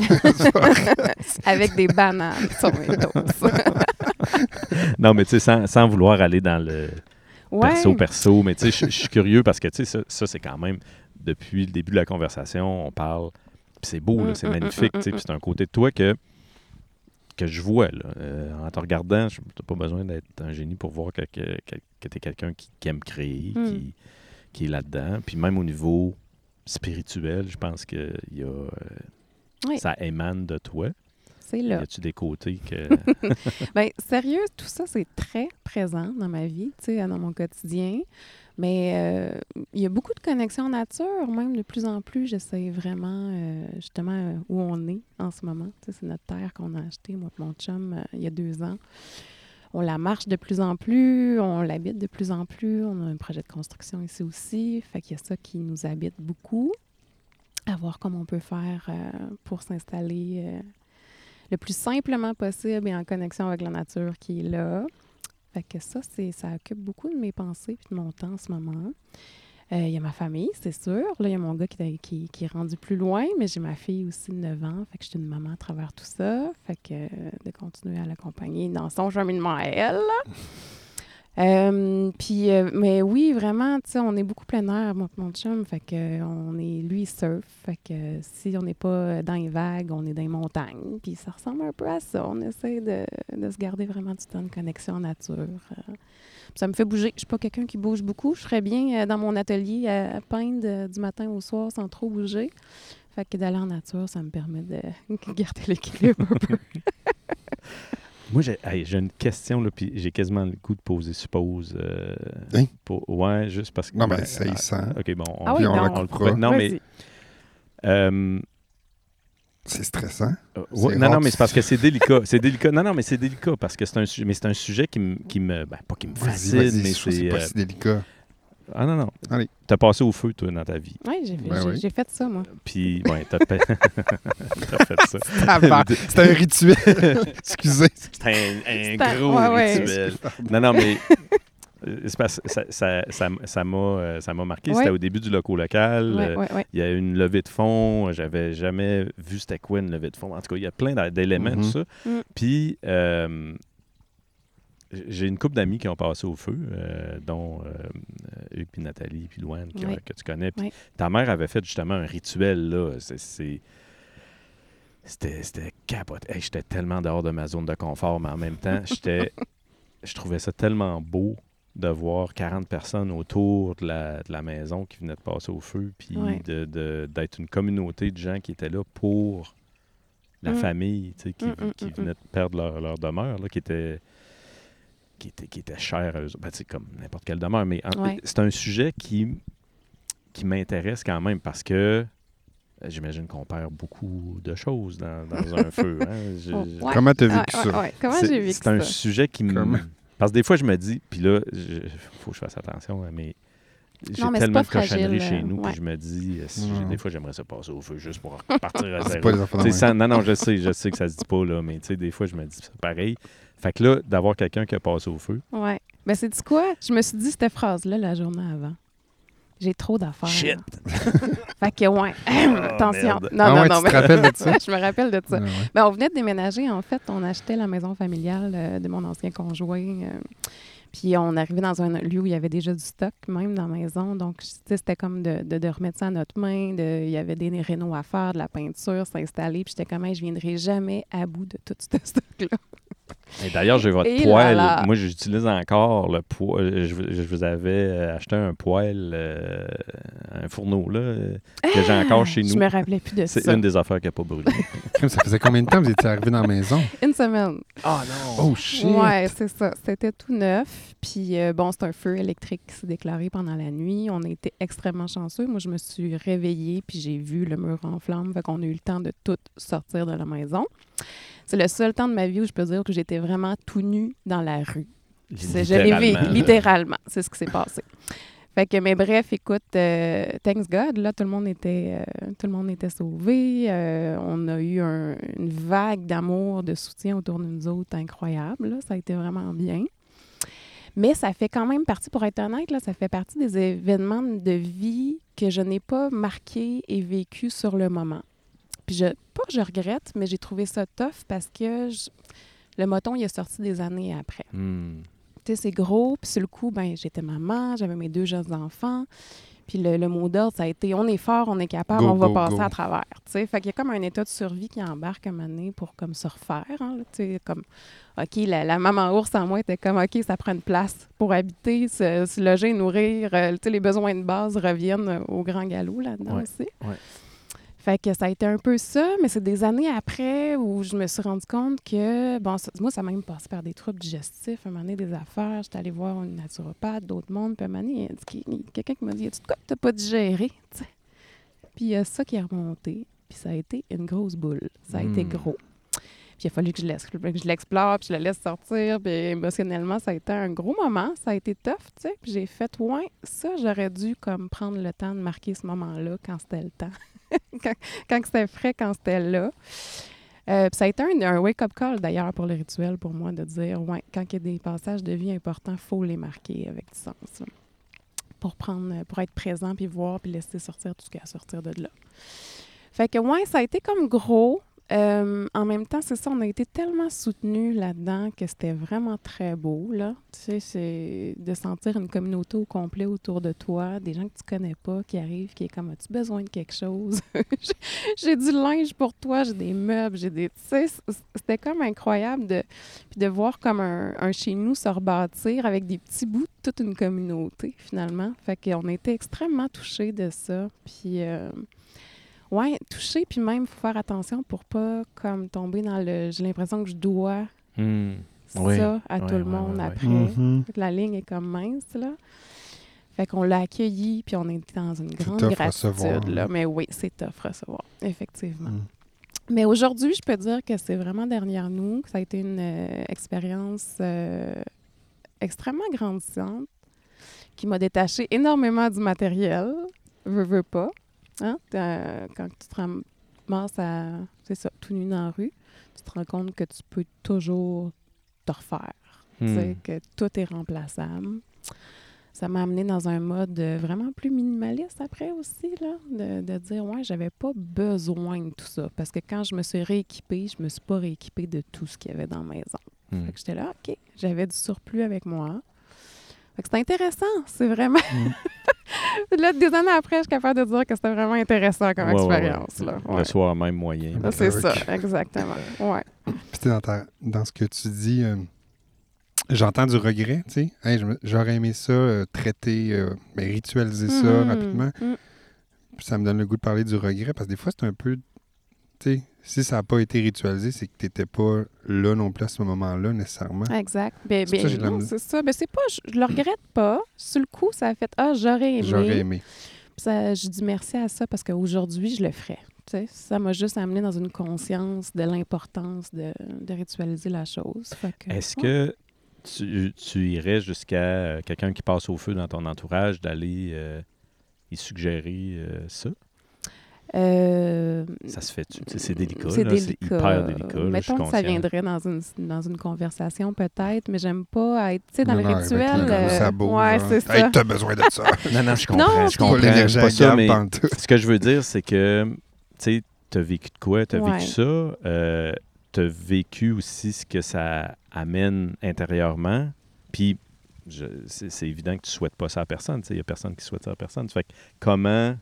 Avec des bananes sur mes toasts. Non, mais tu sais, sans, sans vouloir aller dans le Ouais. perso, perso, mais tu sais, je- je suis curieux parce que tu sais, ça, ça, c'est quand même, depuis le début de la conversation, on parle, puis c'est beau, là, Mm, c'est mm, magnifique, mm, tu sais, mm, puis c'est un côté de toi que, que je vois, là. Euh, en te regardant, tu n'as pas besoin d'être un génie pour voir que, que, que, que tu es quelqu'un qui, qui aime créer, Mm. qui, qui est là-dedans, puis même au niveau spirituel, je pense que il y a, euh, Oui. ça émane de toi. C'est Y là. a-tu des côtés que... Ben, sérieux, tout ça, c'est très présent dans ma vie, tu sais, dans mon quotidien. Mais euh, il y a beaucoup de connexions nature, même de plus en plus. J'essaie vraiment, euh, justement, euh, où on est en ce moment. Tu sais, c'est notre terre qu'on a achetée, moi et mon chum, euh, il y a deux ans. On la marche de plus en plus, on l'habite de plus en plus. On a un projet de construction ici aussi. Fait qu'il y a ça qui nous habite beaucoup. À voir comment on peut faire euh, pour s'installer euh, le plus simplement possible et en connexion avec la nature qui est là. Fait que ça, c'est, ça occupe beaucoup de mes pensées et de mon temps en ce moment. Il euh, y a ma famille, c'est sûr. Là, il y a mon gars qui, qui, qui est rendu plus loin, mais j'ai ma fille aussi de neuf ans. Fait que je suis une maman à travers tout ça. Fait que euh, de continuer à l'accompagner dans son cheminement à elle. Euh, puis, euh, mais oui, vraiment, tu sais, on est beaucoup plein air, mon, mon chum. Fait que euh, on est, lui, il surf. Fait que euh, si on n'est pas dans les vagues, on est dans les montagnes. Puis ça ressemble un peu à ça. On essaie de, de se garder vraiment du temps de connexion en nature. Euh, ça me fait bouger. Je suis pas quelqu'un qui bouge beaucoup. Je serais bien euh, dans mon atelier à, à peindre euh, du matin au soir sans trop bouger. Fait que d'aller en nature, ça me permet de garder l'équilibre un peu. Moi, j'ai, hey, j'ai une question, là, puis j'ai quasiment le goût de poser suppose. Euh, hein? pour, ouais, juste parce que... Non, ben, ça y sent. OK, bon. On, ah oui, on, on, la on le coupera. Non, Vas-y. mais... Euh, c'est stressant. euh, C'est ouais, non, non, rare mais que c'est parce que c'est délicat. C'est délicat. Non, non, mais c'est délicat parce que c'est un sujet, mais c'est un sujet qui me... Qui me ben, pas qui me Vas-y, fascine, vas-y, mais je trouve que c'est... c'est pas euh, si délicat. Ah non, non. Allez. T'as passé au feu, toi, dans ta vie. Oui, j'ai, Ben j'ai, oui. j'ai fait ça, moi. Puis, ouais, t'as, fait... t'as fait ça. Ah, bah, c'est un rituel. Excusez. C'est un, un C'est un- gros ouais, ouais. rituel. Non, non, mais euh, c'est parce que ça, ça, ça, ça m'a, euh, ça m'a marqué. Ouais. C'était au début du loco local. Oui, Euh, oui, oui. Il y a eu une levée de fonds. J'avais jamais vu c'était quoi une levée de fonds. En tout cas, il y a plein d'a- d'éléments, Mhm. tout ça. Mm. Puis, euh, j'ai une couple d'amis qui ont passé au feu, euh, dont euh, Hugues, puis Nathalie, puis Louane, que, Oui. que tu connais. Puis Oui. ta mère avait fait justement un rituel, là. C'est... c'est- C'était, c'était capote. Hey, j'étais tellement dehors de ma zone de confort, mais en même temps, j'étais, je trouvais ça tellement beau de voir quarante personnes autour de la, de la maison qui venaient de passer au feu, puis Ouais. de, de, d'être une communauté de gens qui étaient là pour la Mm. famille, tu sais, qui, Mm, mm, qui mm, venaient de perdre leur, leur demeure, là, qui était qui était, qui était chère à eux. Ben, tu sais, comme n'importe quelle demeure, mais en- Ouais. c'est un sujet qui, qui m'intéresse quand même parce que j'imagine qu'on perd beaucoup de choses dans, dans un feu. Hein? Je- Oh, je- ouais. Comment t'as vécu Ouais, ça? ouais, ouais. Comment c'est, j'ai vécu c'est un ça? sujet qui me... Comment? Parce que des fois, je me dis, puis là, il faut que je fasse attention, hein, mais j'ai Non, mais c'est tellement pas de cochonneries fragile, chez nous, ouais. puis je me dis, euh, si Non. j'ai- des fois, j'aimerais ça passer au feu juste pour repartir à C'est zéro. pas des affaires de Tu sais, même. sans- non, non, je sais, je sais que ça se dit pas, là, mais tu sais, des fois, je me dis, c'est pareil. Fait que là, d'avoir quelqu'un qui a passé au feu, Ouais. Ben, c'est du quoi? Je me suis dit cette phrase-là la journée avant. J'ai trop d'affaires. shit! Fait que, ouais. Attention. merde. Non, Ah non, ouais, non. tu te rappelles de ça? je me rappelle de ça. Ah ouais. Ben, on venait de déménager, en fait. On achetait la maison familiale euh, de mon ancien conjoint. euh, puis on arrivait dans un lieu où il y avait déjà du stock, même dans la maison. Donc, tu sais, c'était comme de, de, de remettre ça à notre main. De, il y avait des rénaux à faire, de la peinture, s'installer. Puis j'étais comme, hey, je viendrai jamais à bout de tout ce stock-là. Et d'ailleurs, j'ai votre Et poêle. là là. Moi, j'utilise encore le poêle. Je, je vous avais euh, acheté un poêle, euh, un fourneau, là, euh, que j'ai encore chez Je nous. me rappelais plus de C'est ça. une des affaires qui n'a pas brûlé. Crème, ça faisait combien de temps que vous étiez arrivé dans la maison? Une semaine. Ah non! Oh shit! Ouais, c'est ça. C'était tout neuf. Puis, euh, bon, c'est un feu électrique qui s'est déclaré pendant la nuit. On a été extrêmement chanceux. Moi, je me suis réveillée, puis j'ai vu le mur en flammes. Fait qu'on a eu le temps de tout sortir de la maison. C'est le seul temps de ma vie où je peux dire que j'étais vraiment tout nue dans la rue. C'est- Je l'ai vécu, Littéralement. littéralement. C'est ce qui s'est passé. Fait que, mais bref, écoute, euh, thanks God, là, tout le monde était, euh, tout le monde était sauvé. Euh, on a eu un- une vague d'amour, de soutien autour de nous autres incroyable. Là. Ça a été vraiment bien. Mais ça fait quand même partie, pour être honnête, là, ça fait partie des événements de vie que je n'ai pas marqués et vécu sur le moment. Puis, je, pas que je regrette, mais j'ai trouvé ça tough parce que je- le moton, il est sorti des années après. Hmm. Tu sais, c'est gros. Puis sur le coup, ben j'étais maman, j'avais mes deux jeunes enfants. Puis le, le mot d'ordre, ça a été « on est fort, on est capable, Go, on va go, passer go. à travers ». Tu sais, fait qu'il y a comme un état de survie qui embarque à un moment donné pour comme se refaire. Hein, là. Tu sais, comme « OK, la, la maman ours en moi était comme « OK, ça prend une place pour habiter, se, se loger, nourrir. Euh, tu sais, les besoins de base reviennent au grand galop là-dedans Ouais, aussi. ouais. Fait que ça a été un peu ça, mais c'est des années après où je me suis rendu compte que, bon, ça- moi, ça m'a même passé par des troubles digestifs, un moment donné, des affaires. J'étais allée voir une naturopathe, d'autres mondes, puis un moment donné, il y a dit qu'il- il y a quelqu'un qui m'a dit « As-tu de quoi que t'as pas digéré? » tu sais. Puis il y a ça qui est remonté, puis ça a été une grosse boule. Ça a été Mm. gros. Puis il a fallu que je, laisse, que je l'explore, puis je le laisse sortir. Puis émotionnellement, ça a été un gros moment. Ça a été tough, tu sais. Puis j'ai fait, ouais, ça, j'aurais dû comme prendre le temps de marquer ce moment-là quand c'était le temps. quand, quand c'était frais, quand c'était là. Euh, puis ça a été un, un wake-up call, d'ailleurs, pour le rituel, pour moi, de dire, ouais, quand il y a des passages de vie importants, il faut les marquer avec du sens. Là, pour prendre, pour être présent, puis voir, puis laisser sortir tout ce qu'il y a à sortir de là. Fait que, ouais, ça a été comme gros. Euh, en même temps, c'est ça, on a été tellement soutenus là-dedans que c'était vraiment très beau, là. Tu sais, c'est de sentir une communauté au complet autour de toi, des gens que tu connais pas, qui arrivent, qui est comme, as-tu besoin de quelque chose? J'ai du linge pour toi, j'ai des meubles, j'ai des... Tu sais, c'était comme incroyable de, puis de voir comme un, un chez nous se rebâtir avec des petits bouts de toute une communauté, finalement. Fait qu'on a été extrêmement touchés de ça, puis... Euh, Oui, toucher, puis même, il faut faire attention pour pas comme tomber dans le... J'ai l'impression que je dois Mm. ça Oui. à Ouais, tout le ouais, monde ouais, ouais. après. Mhm. Fait que la ligne est comme mince, là. Fait qu'on l'a accueilli, puis on était dans une grande tough gratitude, recevoir, là. hein. Mais oui, c'est tough recevoir, effectivement. Mm. Mais aujourd'hui, je peux dire que c'est vraiment derrière nous, que ça a été une euh, expérience euh, extrêmement grandissante, qui m'a détaché énormément du matériel, veux, veux pas. Hein? Euh, quand tu te ramasses à, c'est ça, tout nu dans la rue, tu te rends compte que tu peux toujours te refaire, tu sais, Mm. que tout est remplaçable. Ça m'a amené dans un mode euh, vraiment plus minimaliste après aussi, là, de, de dire, ouais, j'avais pas besoin de tout ça. Parce que quand je me suis rééquipée, je me suis pas rééquipée de tout ce qu'il y avait dans la maison. Mm. Fait que j'étais là, OK, j'avais du surplus avec moi. Fait que c'est intéressant, c'est vraiment... Là, des années après, je suis capable de dire que c'était vraiment intéressant comme Ouais, ouais, expérience. ouais. Là. Le Ouais. soir même moyen. Là, c'est Perk. ça, exactement. Ouais. Puis tu sais, dans, ta- dans ce que tu dis, euh, j'entends du regret, tu sais. Hey, je me- j'aurais aimé ça, euh, traiter, euh, ben, ritualiser ça Mhm. rapidement. Mm. Puis ça me donne le goût de parler du regret, parce que des fois, c'est un peu, tu sais, si ça n'a pas été ritualisé, c'est que tu n'étais pas là non plus à ce moment-là, nécessairement. Exact. Ben, C'est pour ça que j'ai ben, de la non, mis- c'est ça. Ben, c'est pas, je, je le regrette pas. Sur le coup, ça a fait, ah, j'aurais aimé. J'aurais aimé. Puis ça, je dis merci à ça parce qu'aujourd'hui, je le ferais. Tu sais, ça m'a juste amené dans une conscience de l'importance de, de ritualiser la chose. Fait que, Est-ce ouais. que tu, tu irais jusqu'à euh, quelqu'un qui passe au feu dans ton entourage d'aller euh, y suggérer euh, ça? Euh, Ça se fait-tu? Tu sais, c'est délicat, C'est là, délicat. c'est hyper délicat. là, je suis Mettons que ça conscient. viendrait dans une, dans une conversation peut-être, mais j'aime pas être, tu sais, dans Non, le non, avec rituel. le- euh, ça bouge, ouais, genre. c'est ça. Hey, t'as besoin de ça. Non, non, je comprends. Non, je puis- comprends. Pas l'énergie C'est à pas ça, Gab, mais pantoute. ce que je veux dire, c'est que, tu sais, t'as vécu de quoi? T'as Ouais. vécu ça. Euh, t'as vécu aussi ce que ça amène intérieurement. Puis, je- c'est c'est évident que tu souhaites pas ça à personne. Il n'y a personne qui souhaite ça à personne. Fait que comment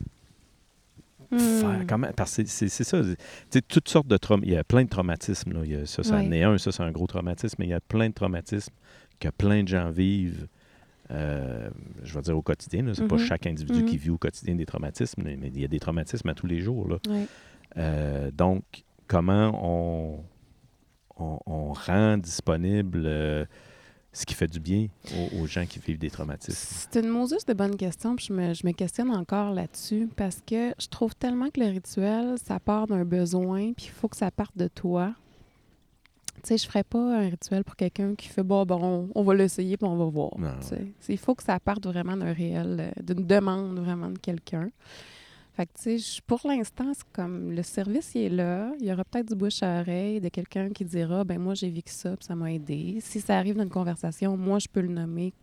Hmm. faire? Comment, parce que c'est c'est ça. Tu sais, toutes sortes de traumas. Il y a plein de traumatismes. Là. Il y a, ça, ça Ouais. en est un. Ça, c'est un gros traumatisme. Mais il y a plein de traumatismes que plein de gens vivent. euh, je vais dire au quotidien. Ce n'est pas Mhm. chaque individu Mhm. qui vit au quotidien des traumatismes, mais mais il y a des traumatismes à tous les jours. Là. Ouais. Euh, donc, comment on, on, on rend disponible euh, ce qui fait du bien aux, aux gens qui vivent des traumatismes? C'est une Moses de bonne question, puis je me, je me questionne encore là-dessus parce que je trouve tellement que le rituel, ça part d'un besoin, puis il faut que ça parte de toi. Tu sais, je ferais pas un rituel pour quelqu'un qui fait bon, bon, on, on va l'essayer puis on va voir. Non, tu sais. C'est- Il faut que ça parte vraiment d'un réel, euh, d'une demande vraiment de quelqu'un. Fait que, tu sais, je- pour l'instant, c'est comme le service, il est là. Il y aura peut-être du bouche à oreille de quelqu'un qui dira, ben moi, j'ai vécu ça, puis ça m'a aidé. Si ça arrive dans une conversation, moi, je peux le nommer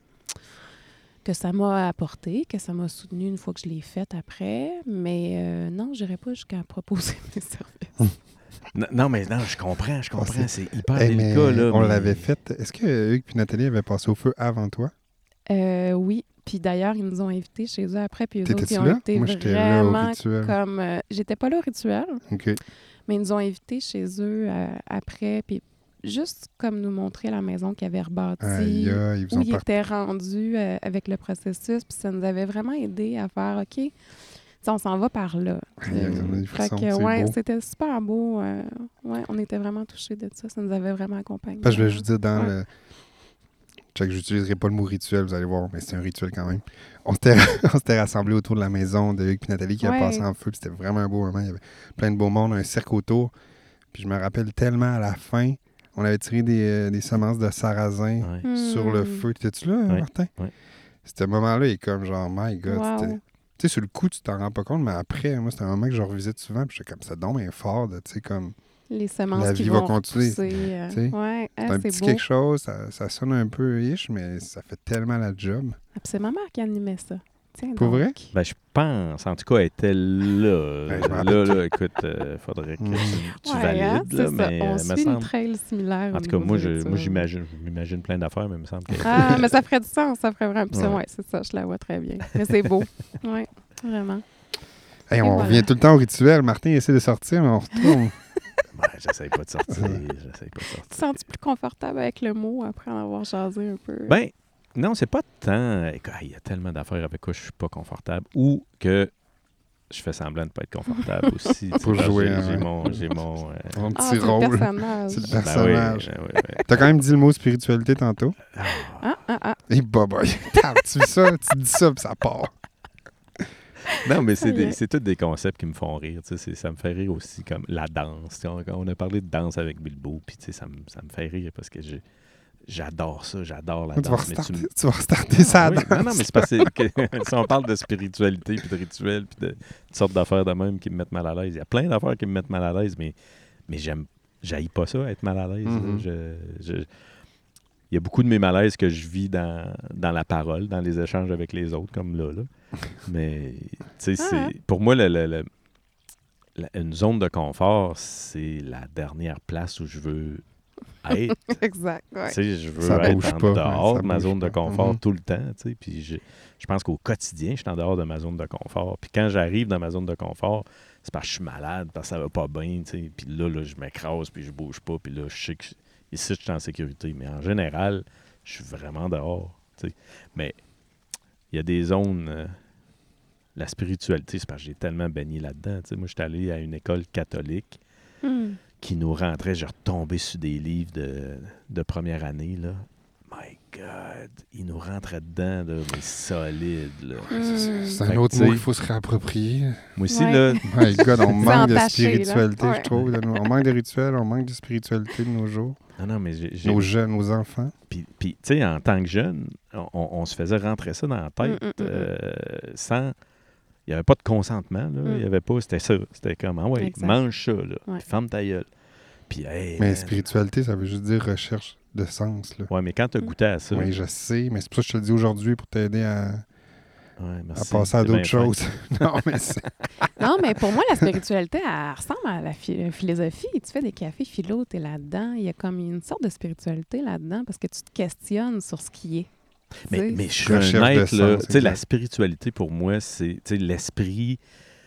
que ça m'a apporté, que ça m'a soutenu une fois que je l'ai fait après. Mais euh, non, je n'irai pas jusqu'à proposer mes services. Non, non, mais non, je comprends, je comprends. c'est- C'est hyper Hey, mais délicat. Là, on mais- l'avait fait. Est-ce que Hugues et Nathalie avaient passé au feu avant toi? Euh, oui. Puis d'ailleurs, ils nous ont invités chez eux après. Puis eux autres, T'étais-tu ils ont là? été Moi, j'étais là au vraiment rituel. comme... euh, j'étais pas là au rituel, OK. mais ils nous ont invités chez eux euh, après. Puis juste comme nous montrer la maison qu'ils avaient rebâtie, Aïe, aïe, ils vous où ont ils parti. étaient rendus euh, avec le processus. Puis ça nous avait vraiment aidé à faire, OK, tu sais, on s'en va par là. Il y a des Fait frissons, que, c'est ouais, beau. c'était super beau. euh, ouais, on était vraiment touchés de ça. Ça nous avait vraiment accompagnés. Parce que je voulais juste dire dans Ouais. le... Check, j'utiliserai pas le mot rituel, vous allez voir, mais c'est un rituel quand même. On s'était, on s'était rassemblés autour de la maison de Hugues et Nathalie qui a Ouais. passé en feu, puis c'était vraiment un beau moment. Il y avait plein de beau monde, un cercle autour. Puis je me rappelle tellement à la fin, on avait tiré des, euh, des semences de sarrasin Ouais. sur le Hmm. feu. T'étais-tu là, Ouais. Martin? Ouais. Ce moment-là, il est comme genre, my God. Wow. c'était- Tu sais, sur le coup, tu t'en rends pas compte, mais après, moi, c'était un moment que je revisite souvent, puis j'étais comme, ça donne un fort, de, tu sais, comme, Les semences La qui vie va vont continuer, repousser, euh, tu sais. ouais, ah, c'est un c'est petit beau. quelque chose, ça, ça sonne un peu ish, mais ça fait tellement la job. Ah, puis c'est ma mère qui animait ça. Tiens Pour donc. vrai? Ben, je pense, en tout cas, elle était là. Ouais, je m'en là, rappelle là, écoute, euh, faudrait que Mhm. tu, tu Ouais, valides, hein, là, c'est ça. mais On euh, me suit semble... une trail similaire. En au tout cas, niveau moi, du je, rituel. moi j'imagine, je m'imagine plein d'affaires, mais il me semble qu'elle Ah, était- mais ça ferait du sens, ça ferait vraiment. Puis ça, Ouais. ouais, c'est ça, je la vois très bien. Mais c'est beau. Oui, vraiment. Hey, Et on voilà. revient tout le temps au rituel. Martin essaie de sortir, mais on retourne. Ouais, j'essaye pas de sortir. j'essaye pas de sortir. Tu te sens-tu plus confortable avec le mot après en avoir jasé un peu? Ben, non, c'est pas tant. Écoute, il y a tellement d'affaires avec quoi je suis pas confortable ou que je fais semblant de pas être confortable aussi. tu sais, Pour parce que jouer, j'ai, hein, j'ai ouais. mon. J'ai mon euh, Mon ah, petit c'est le rôle. personnage. C'est le ben oui, personnage. ben oui, ouais. T'as quand même dit le mot spiritualité tantôt. Ah, Ah, ah, ah. Et bah, bah, tu dis ça, tu dis ça, puis ça part. Non, mais Ça c'est, y des, est. c'est tous des concepts qui me font rire. tu sais, C'est, ça me fait rire aussi, comme la danse. Tu sais, On, on a parlé de danse avec Bilbo, puis tu sais, ça, me, ça me fait rire parce que j'ai, j'adore ça, j'adore la Tu vas danse. mais tu restarter, me- tu vas restarter ça à Oui, danse. Non, non, mais c'est parce que si on parle de spiritualité, puis de rituels, puis de toutes sortes d'affaires de même qui me mettent mal à l'aise, il y a plein d'affaires qui me mettent mal à l'aise, mais, mais j'aime, j'haïs pas ça, être mal à l'aise. là. Mhm. Je- je- il y a beaucoup de mes malaises que je vis dans, dans la parole, dans les échanges avec les autres, comme là. là. Mais, tu sais, Ah. c'est, pour moi, le, le- le- la- une zone de confort, c'est la dernière place où je veux être. Exact. Ouais. Tu sais, je veux Ça être bouge en pas, dehors ouais, ça de ma bouge zone de pas. confort Mhm. tout le temps. tu sais, Puis je, je pense qu'au quotidien, je suis en dehors de ma zone de confort. Puis quand j'arrive dans ma zone de confort, c'est parce que je suis malade, parce que ça va pas bien. tu sais. Puis là, là, je m'écrase, puis je bouge pas. Puis là, je sais que je- ici, je suis en sécurité. Mais en général, je suis vraiment dehors. tu sais. Mais il y a des zones... euh, la spiritualité, c'est parce que j'ai tellement baigné là-dedans. tu sais. Moi, j'étais allé à une école catholique Hmm. qui nous rentrait, j'ai retombé sur des livres de, de première année, là. My God! Ils nous rentraient dedans, là, mais solide, là. C'est, c'est- c'est Fait un que, autre tu sais- mot qu'il faut se réapproprier. Moi aussi, Ouais. là, My God, on manque de entaché, là. spiritualité, Ouais. je trouve. de nos- On manque de rituels, on manque de spiritualité de nos jours. non, non, mais j'ai... j'ai- Nos jeunes, nos enfants. Puis, puis, tu sais, en tant que jeune, on, on- on se faisait rentrer ça dans la tête Mm, mm, mm, mm. euh, sans... Il n'y avait pas de consentement, là. Mm. Il y avait pas... C'était ça. C'était comme, ah ouais, Exact. mange ça, là. Ouais. Puis ferme ta gueule. Puis, hey, Mais man. spiritualité, ça veut juste dire recherche de sens. Là. Ouais, mais quand tu as Mm. goûté à ça... Oui, je sais, mais c'est pour ça que je te le dis aujourd'hui pour t'aider à, ouais, à merci, passer à c'est bien d'autres fin. choses. non, mais c'est... Non, mais pour moi, la spiritualité, elle ressemble à la phi- philosophie. Tu fais des cafés philo, tu es là-dedans. Il y a comme une sorte de spiritualité là-dedans parce que tu te questionnes sur ce qui est. Mais, Tu sais, mais je suis Recherche un de être, là. sens, Tu sais, la exact. spiritualité, pour moi, c'est tu sais, l'esprit.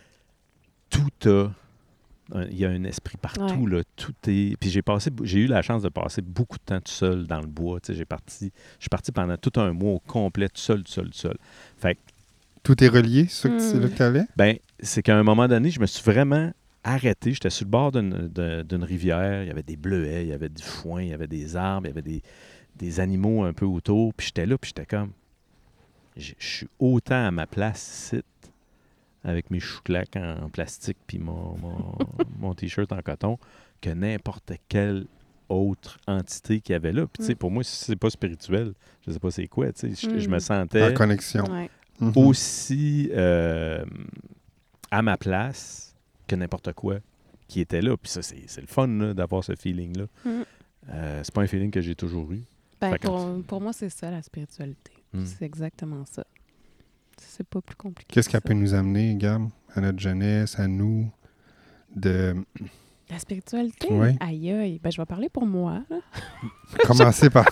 Tout a. un- Il y a un esprit partout, là. Tout est. Puis j'ai passé, j'ai eu la chance de passer beaucoup de temps tout seul dans le bois. Tu sais, j'ai parti, je suis parti pendant tout un mois au complet, tout seul, tout seul, tout seul. Fait que, Tout est relié, c'est ça que tu- c'est Hmm. là que tu allais? ben, c'est qu'à un moment donné, je me suis vraiment arrêté. J'étais sur le bord d'une, de- d'une rivière. Il y avait des bleuets, il y avait du foin, il y avait des arbres, il y avait des, des animaux un peu autour. Puis j'étais là, puis j'étais comme... Je je suis autant à ma place ici, avec mes chouclacs en, en plastique puis mon, mon, mon T-shirt en coton, que n'importe quelle autre entité qu'il y avait là. Puis, tu sais, Mm. pour moi, si c'est pas spirituel, je sais pas c'est quoi, tu sais. Je, je me Mm. sentais En connexion. Ouais. Mhm. aussi euh, à ma place que n'importe quoi qui était là. Puis ça, c'est, c'est le fun là, d'avoir ce feeling-là. Mm. Euh, c'est pas un feeling que j'ai toujours eu. Ben, Fait que- pour, pour moi, c'est ça, la spiritualité. Mm. C'est exactement ça. C'est pas plus compliqué. Qu'est-ce que qu'elle ça. peut nous amener, Gab, à notre jeunesse, à nous, de La spiritualité? Oui. Aïe, aïe. Ben, je vais parler pour moi. là. commencer par...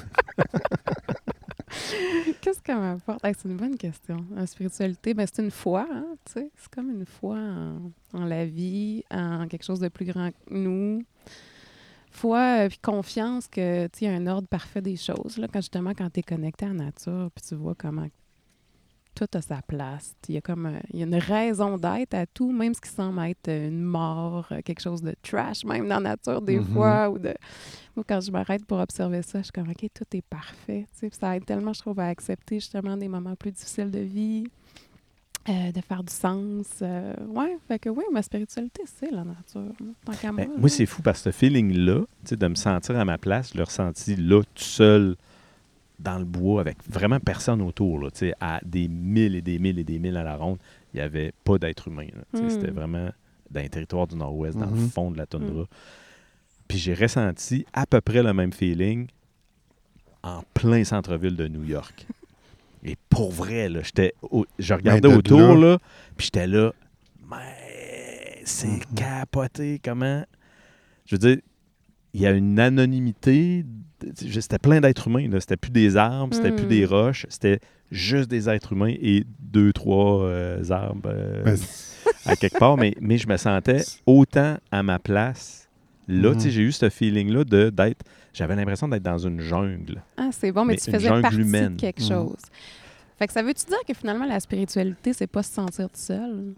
Qu'est-ce qu'elle m'apporte? Hey, c'est une bonne question. La spiritualité, ben, c'est une foi, hein, tu sais. C'est comme une foi en, en la vie, en quelque chose de plus grand que nous. Foi euh, puis confiance que, tu sais, il y a un ordre parfait des choses. Là, quand justement, quand tu es connecté à la nature, puis tu vois comment tout a sa place. Il y a comme euh, il y a une raison d'être à tout, même ce qui semble être une mort, quelque chose de trash, même dans la nature des mm-hmm. fois. Ou de... Moi, quand je m'arrête pour observer ça, je suis comme, OK, tout est parfait. Puis ça aide tellement, je trouve, à accepter justement des moments plus difficiles de vie, euh, de faire du sens. Euh, ouais, fait que oui, ma spiritualité, c'est la nature. Tant qu'à moi. Ben, moi, c'est fou parce que ce feeling-là, de me sentir à ma place, je l'ai ressenti là, tout seul, dans le bois, avec vraiment personne autour, là, à des milles et des milles et des milles à la ronde. Il n'y avait pas d'être humain. Là, mm. C'était vraiment dans les territoires du Nord-Ouest, mm-hmm. dans le fond de la toundra. Mm. Puis j'ai ressenti à peu près le même feeling en plein centre-ville de New York. Et pour vrai, là, j'étais au, je regardais autour, là, là puis j'étais là, mais c'est mm-hmm. capoté, comment... Je veux dire, il y a une anonymité... C'était plein d'êtres humains. Là. C'était plus des arbres, c'était mm. plus des roches. C'était juste des êtres humains et deux, trois euh, arbres euh, ben, à quelque part. Mais, mais je me sentais autant à ma place. Là, mm. j'ai eu ce feeling-là de, d'être... J'avais l'impression d'être dans une jungle. Ah, c'est bon, mais, mais tu faisais partie humaine. de quelque chose. Mm. Fait que ça veut-tu dire que finalement, la spiritualité, c'est pas se sentir tout seul?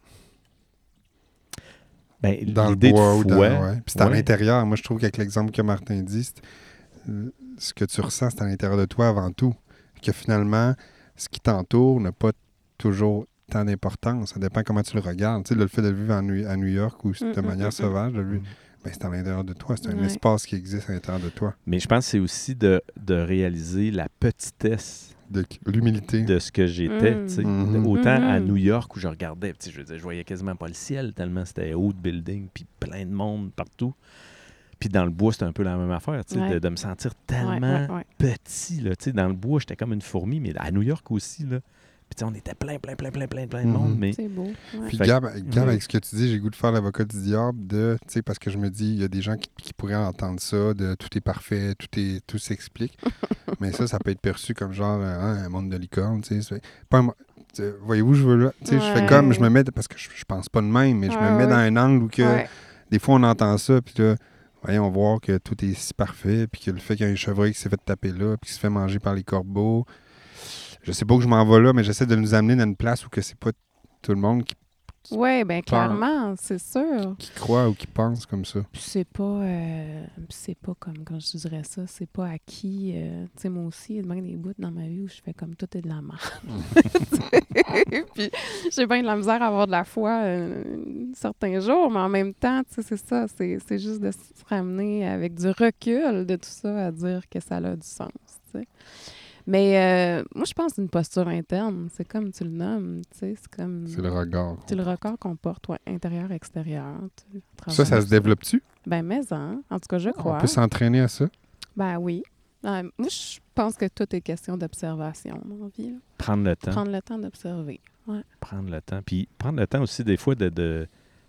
Ben, dans le bois ou dans... Ouais. Puis c'est ouais. à l'intérieur. Moi, je trouve qu'avec l'exemple que Martin dit, c'est... ce que tu ressens, c'est à l'intérieur de toi avant tout. Que finalement, ce qui t'entoure n'a pas toujours tant d'importance. Ça dépend comment tu le regardes. Tu sais, le fait de le vivre à New, à New York ou de manière sauvage, de le, ben, c'est à l'intérieur de toi. C'est un ouais. espace qui existe à l'intérieur de toi. Mais je pense que c'est aussi de, de réaliser la petitesse de l'humilité de ce que j'étais. Mm. Mm-hmm. Autant mm-hmm. à New York où je regardais, je veux dire, je voyais quasiment pas le ciel tellement c'était haut de building puis plein de monde partout. Puis dans le bois, c'était un peu la même affaire, ouais. de, de me sentir tellement ouais, ouais, ouais. petit. Là, dans le bois, j'étais comme une fourmi, mais à New York aussi. Là. Puis on était plein, plein, plein, plein, plein, plein de mm-hmm. monde. Mais... C'est beau. Ouais. Puis Gab, Gab ouais. avec ce que tu dis, j'ai le goût de faire l'avocat du diable, de, parce que je me dis, il y a des gens qui, qui pourraient entendre ça, de tout est parfait, tout est tout s'explique. Mais ça, ça peut être perçu comme genre hein, un monde de licorne. Pas un, voyez-vous, je veux là. Ouais. Je fais comme, je me mets, parce que je, je pense pas de même, mais je ouais, me mets ouais. dans un angle où que ouais. des fois on entend ça, puis là, voyons voir que tout est si parfait, puis que le fait qu'il y a un chevreuil qui s'est fait taper là, puis qui se fait manger par les corbeaux. Je sais pas où je m'en vais là, mais j'essaie de nous amener dans une place où que c'est pas tout le monde qui... Oui, bien clairement, c'est sûr. Qui croit ou qui pense comme ça. Puis c'est pas... Euh, c'est pas comme, quand je dirais ça, c'est pas acquis. Euh, tu sais, moi aussi, il y a bien des bouts dans ma vie où je fais comme tout est de la merde. Puis j'ai bien de la misère à avoir de la foi euh, certains jours, mais en même temps, tu sais, c'est ça. C'est, c'est juste de se ramener avec du recul de tout ça à dire que ça a du sens, tu sais. Mais euh, moi, je pense que c'est une posture interne. C'est comme tu le nommes, tu sais, c'est comme... C'est le regard. C'est le regard qu'on porte, ouais, intérieur-extérieur. Ça, ça se développe-tu? Ben, mais hein, en tout cas, je crois. On peut s'entraîner à ça? Ben oui. Euh, moi, je pense que tout est question d'observation dans la vie. Là. Prendre le temps. Prendre le temps d'observer, ouais. Prendre le temps. Puis prendre le temps aussi, des fois, de de,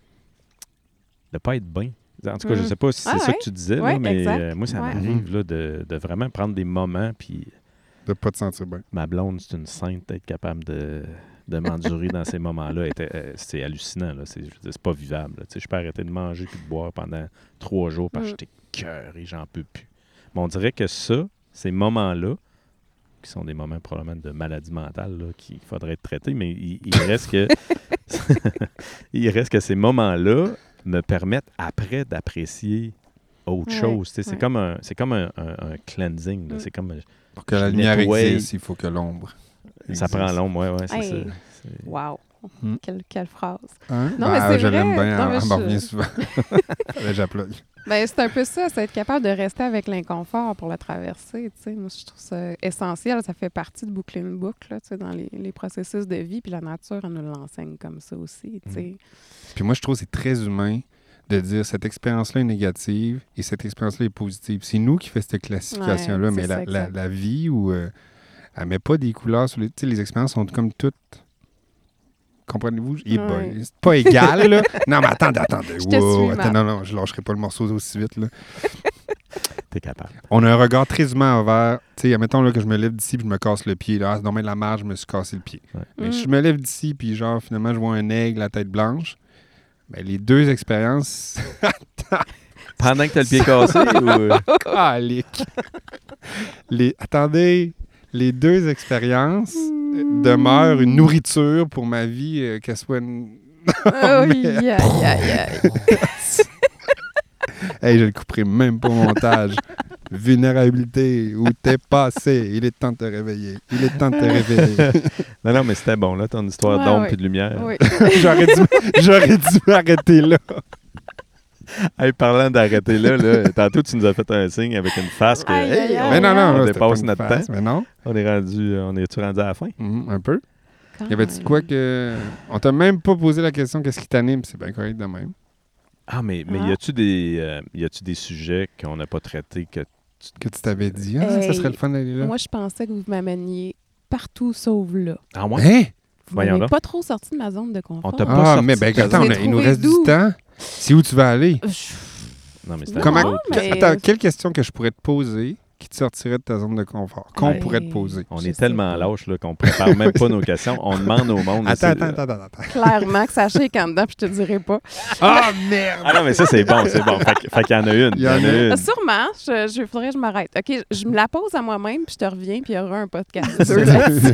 de pas être bien. En tout cas, mmh. je sais pas si c'est ah, ça ouais. que tu disais, ouais, là, mais euh, moi, ça ouais. m'arrive là, de, de vraiment prendre des moments, puis... De pas te sentir bien. Ma blonde, c'est une sainte, d'être capable de, de m'endurer dans ces moments-là. Était, euh, c'est hallucinant. Là. C'est, c'est pas vivable. Là. Je peux arrêter de manger et de boire pendant trois jours parce que j'étais cœur et j'en peux plus. Mais on dirait que ça, ces moments-là, qui sont des moments probablement de maladie mentale là, qu'il faudrait être traité, mais il, il reste que il reste que ces moments-là me permettent après d'apprécier autre ouais, chose. C'est ouais. comme un, c'est comme un, un, un cleansing. Là. Mm. C'est comme un, Pour que la lumière existe, il faut que l'ombre existe. Ça prend l'ombre, oui, ouais, c'est hey. ça. C'est... Wow! Mm. Quelle, quelle phrase! Hein? Non, ben, mais c'est je vrai. l'aime bien, non, elle je... m'en revient souvent. J'applaudis. Ben, c'est un peu ça, c'est être capable de rester avec l'inconfort pour le traverser. T'sais. Moi, je trouve ça essentiel. Ça fait partie de boucler une boucle là, dans les, les processus de vie. Puis la nature, elle nous l'enseigne comme ça aussi. Mm. Puis moi, je trouve que c'est très humain de dire cette expérience-là est négative et cette expérience-là est positive. C'est nous qui fait cette classification-là, ouais, mais la, la, la vie où euh, elle met pas des couleurs sur les... Tu sais, les expériences sont comme toutes... Comprenez-vous? Ouais. Bon, c'est pas égal, là. Non, mais attendez, attendez. Je wow, attends, non, non, je lâcherai pas le morceau aussi vite, là. T'es capable. On a un regard très humain envers... Tu sais, admettons là, que je me lève d'ici puis je me casse le pied. Là, ah, c'est normal de la marge, je me suis cassé le pied. Ouais. Mais mm. si je me lève d'ici puis genre, finalement, je vois un aigle, la tête blanche, ben, les deux expériences... Pendant que t'as le pied cassé ou... Calique. les... Attendez, les deux expériences... demeure, une nourriture pour ma vie, euh, qu'elle soit une... Oh, oui, aïe, aïe, aïe. Hey, je le couperai même pas au montage. Vulnérabilité, où t'es passé, il est temps de te réveiller. Il est temps de te réveiller. Non, non, mais c'était bon, là, ton histoire Ouais, d'ombre ouais. et de lumière. Oui. J'aurais dû, j'aurais dû m'arrêter là. Hey, parlant d'arrêter là, là, tantôt, tu nous as fait un signe avec une face que, Aïe, hey, aïe, on, aïe. Mais non, non, on là, c'était dépasse pas une notre face, temps. mais non. On est rendu, on est-tu rendu à la fin? Mhm, un peu. Quand Y avait-tu de quoi même. que... On t'a même pas posé la question qu'est-ce qui t'anime, c'est bien correct de même. Ah, mais, mais Ah. y a-tu des, euh, y a-tu des sujets qu'on n'a pas traités que Que tu t'avais dit, ah, ça Hey, serait le fun d'aller là. Moi, je pensais que vous m'ameniez partout sauf là. Ah, ouais? Hein? Vous Voyons m'avez donc. pas trop sorti de ma zone de confort. On t'a pas Ah, sorti mais de ben, ta attends, zone. on a- il nous Trouvé reste d'où? du temps. C'est où tu vas aller? Je- Non, mais c'est Non, à Comment... nous autres. mais- Attends, quelle question que je pourrais te poser qui te sortirait de ta zone de confort? Qu'on Ouais. pourrait te poser? On Je est sais tellement pas. lâches là, qu'on prépare même pas nos questions. On demande au monde. Attends, c'est- attends, attends, attends, attends. Clairement que ça shake en dedans, puis je te dirai pas. Ah, merde! Ah non, mais ça, c'est bon, c'est bon. Fait, que- fait qu'il y en a une. Il y en a une. Euh, Sûrement, je, je faudrait que je m'arrête. OK, je me la pose à moi-même, puis je te reviens, puis il y aura un podcast. deux là-dessus.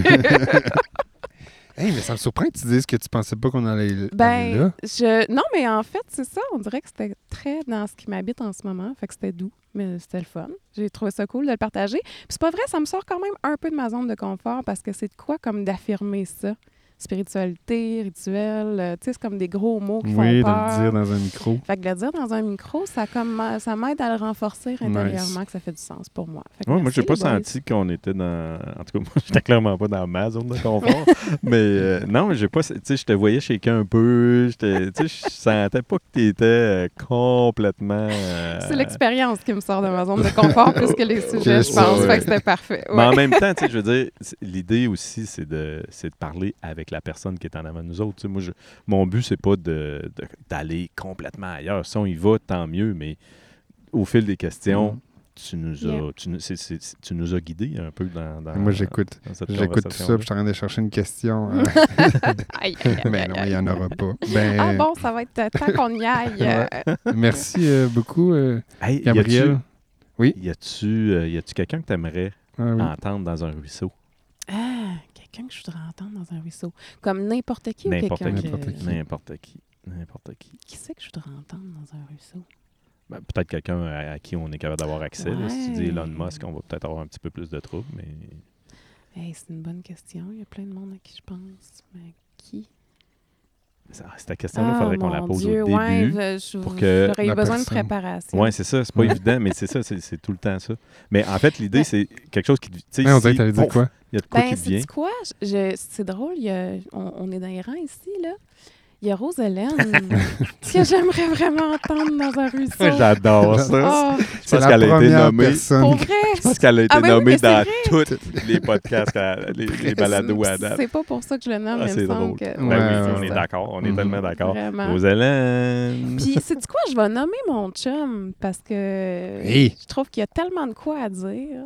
Hey, mais ça me surprend que tu dises que tu pensais pas qu'on allait, aller Ben, là. je... non, mais en fait, c'est ça. On dirait que c'était très dans ce qui m'habite en ce moment. Fait que c'était doux, mais c'était le fun. J'ai trouvé ça cool de le partager. Puis c'est pas vrai, ça me sort quand même un peu de ma zone de confort parce que c'est de quoi comme d'affirmer ça. Spiritualité, rituel, euh, tu sais, c'est comme des gros mots qui Oui, de font peur. le dire dans un micro. Fait que de le dire dans un micro, ça, comme, ça m'aide à le renforcer intérieurement, que ça fait du sens pour moi. Fait que Ouais, moi, merci, j'ai pas les boys. senti qu'on était dans. En tout cas, moi, j'étais clairement pas dans ma zone de confort. mais euh, non, mais j'ai pas. Tu sais, je te voyais shaker un peu. j'étais- Tu sais, je sentais pas que tu étais complètement. euh, C'est l'expérience qui me sort de ma zone de confort plus que les sujets, je ça, pense. ouais. Fait que c'était parfait. Mais Ouais. en même temps, tu sais, je veux dire, c'est- l'idée aussi, c'est de, c'est de parler avec la personne qui est en avant de nous autres. Tu sais, moi, je, mon but, c'est pas de, de- d'aller complètement ailleurs. Si on y va, tant mieux, mais au fil des questions, Mm. tu, nous as, Yeah. tu, nous- c'est- c'est- c'est- tu nous as guidés un peu dans, dans Moi, j'écoute. dans cette J'écoute tout ça, puis je conversation-là. suis en train de chercher une question. euh, Aïe, aïe, aïe, ben aïe, non, aïe. il n'y en aura pas. Ben, Ah bon, ça va être euh, temps qu'on y aille. Ouais. euh, merci euh, beaucoup, euh, Hey, Gabriel. Oui. Y a-tu, euh, y a-tu quelqu'un que tu aimerais Ah oui. entendre dans un ruisseau? Ah, quelqu'un que je voudrais entendre dans un ruisseau. Comme n'importe qui ou N'importe quelqu'un qui. que... N'importe qui. N'importe qui. N'importe qui. Qui c'est que je voudrais entendre dans un ruisseau? Ben, peut-être quelqu'un à, à qui on est capable d'avoir accès. là. Si tu dis Ouais. Elon Musk, on va peut-être avoir un petit peu plus de troubles, mais... Hey, c'est une bonne question. Il y a plein de monde à qui je pense. Mais qui? Ça- Cette question-là, il faudrait qu'on la mon pose Dieu, au ouais, début. je- je- pour que j'aurais eu la besoin de personne- préparation. Oui, c'est ça. C'est pas Ouais. évident, mais c'est ça. C'est, c'est tout le temps ça. Mais en fait, l'idée, Ben- c'est quelque chose qui... te- tu sais, Ouais, on dirait si- que t'allais dire pouf, quoi? Il y a de quoi Ben, qui te vient. c'est quoi? Je- je- c'est drôle, il y a- on, on est dans les rangs ici, là. Il y a Rose-Hélène, que j'aimerais vraiment entendre dans un ruisseau. J'adore ça. Oh, Je C'est pense la qu'elle a été première nommée... personne. pour vrai? Je pense qu'elle a été Ah ben oui, nommée mais c'est dans vrai. tous les podcasts, qu'elle- les, les balados à date. C'est pas pour ça que je le nomme, Ah, mais il c'est me semble drôle. que... Ben Ouais, oui, ouais, on ouais. est d'accord. On est Mhm. tellement d'accord. Vraiment. Rose-Hélène. Puis, c'est quoi? Je vais nommer mon chum parce que Hey. je trouve qu'il y a tellement de quoi à dire.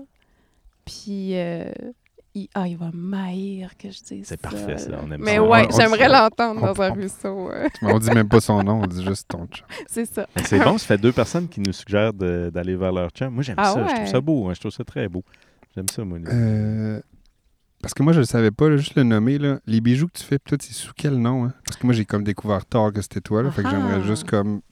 Puis, euh, il, ah, il va m'haïr que je dise C'est ça, parfait, ça. là. On aime Mais ça. ouais, On- on- j'aimerais on- l'entendre on- dans un on- ruisseau. euh. Mais on dit même pas son nom, on dit juste ton chat. C'est ça. Mais c'est bon, ça fait deux personnes qui nous suggèrent de- d'aller vers leur chum. Moi, j'aime Ah ça. Je trouve ouais? ça beau. hein. Je trouve ça très beau. J'aime ça, moi. Euh, parce que moi, je le savais pas, là, juste le nommer. Là. Les bijoux que tu fais, peut-être, c'est sous quel nom? Hein? Parce que moi, j'ai comme découvert tard que c'était toi. Là, fait que Ah. j'aimerais juste comme...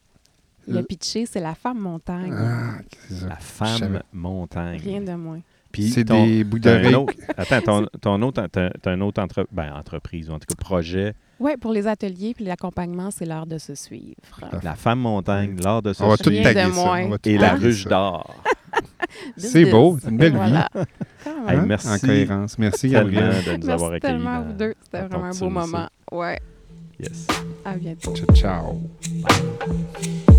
Le pitché, c'est la femme montagne. Ah, c'est ça. La Je femme savais. montagne. Rien de moins. Puis C'est ton- des bouts t'as un d'oreilles. autre- Attends, ton, ton autre, t'as, t'as un autre entre, ben, entreprise, ou en tout cas projet, Oui, pour les ateliers puis l'accompagnement, c'est l'heure de se suivre. la femme montagne, l'art de se On va tout Rien suivre de taguer ça. moins. On va tout et la taguer ruche ça. d'or. C'est beau, c'est une belle Voilà. Quand Hey, même. merci En cohérence. Merci, tellement Gabriel. de nous Merci avoir accueillis. tellement à dans- vous deux. C'était dans ton vraiment un petit beau ruisseau. moment. Ouais. Yes. À bientôt. Ciao, ciao.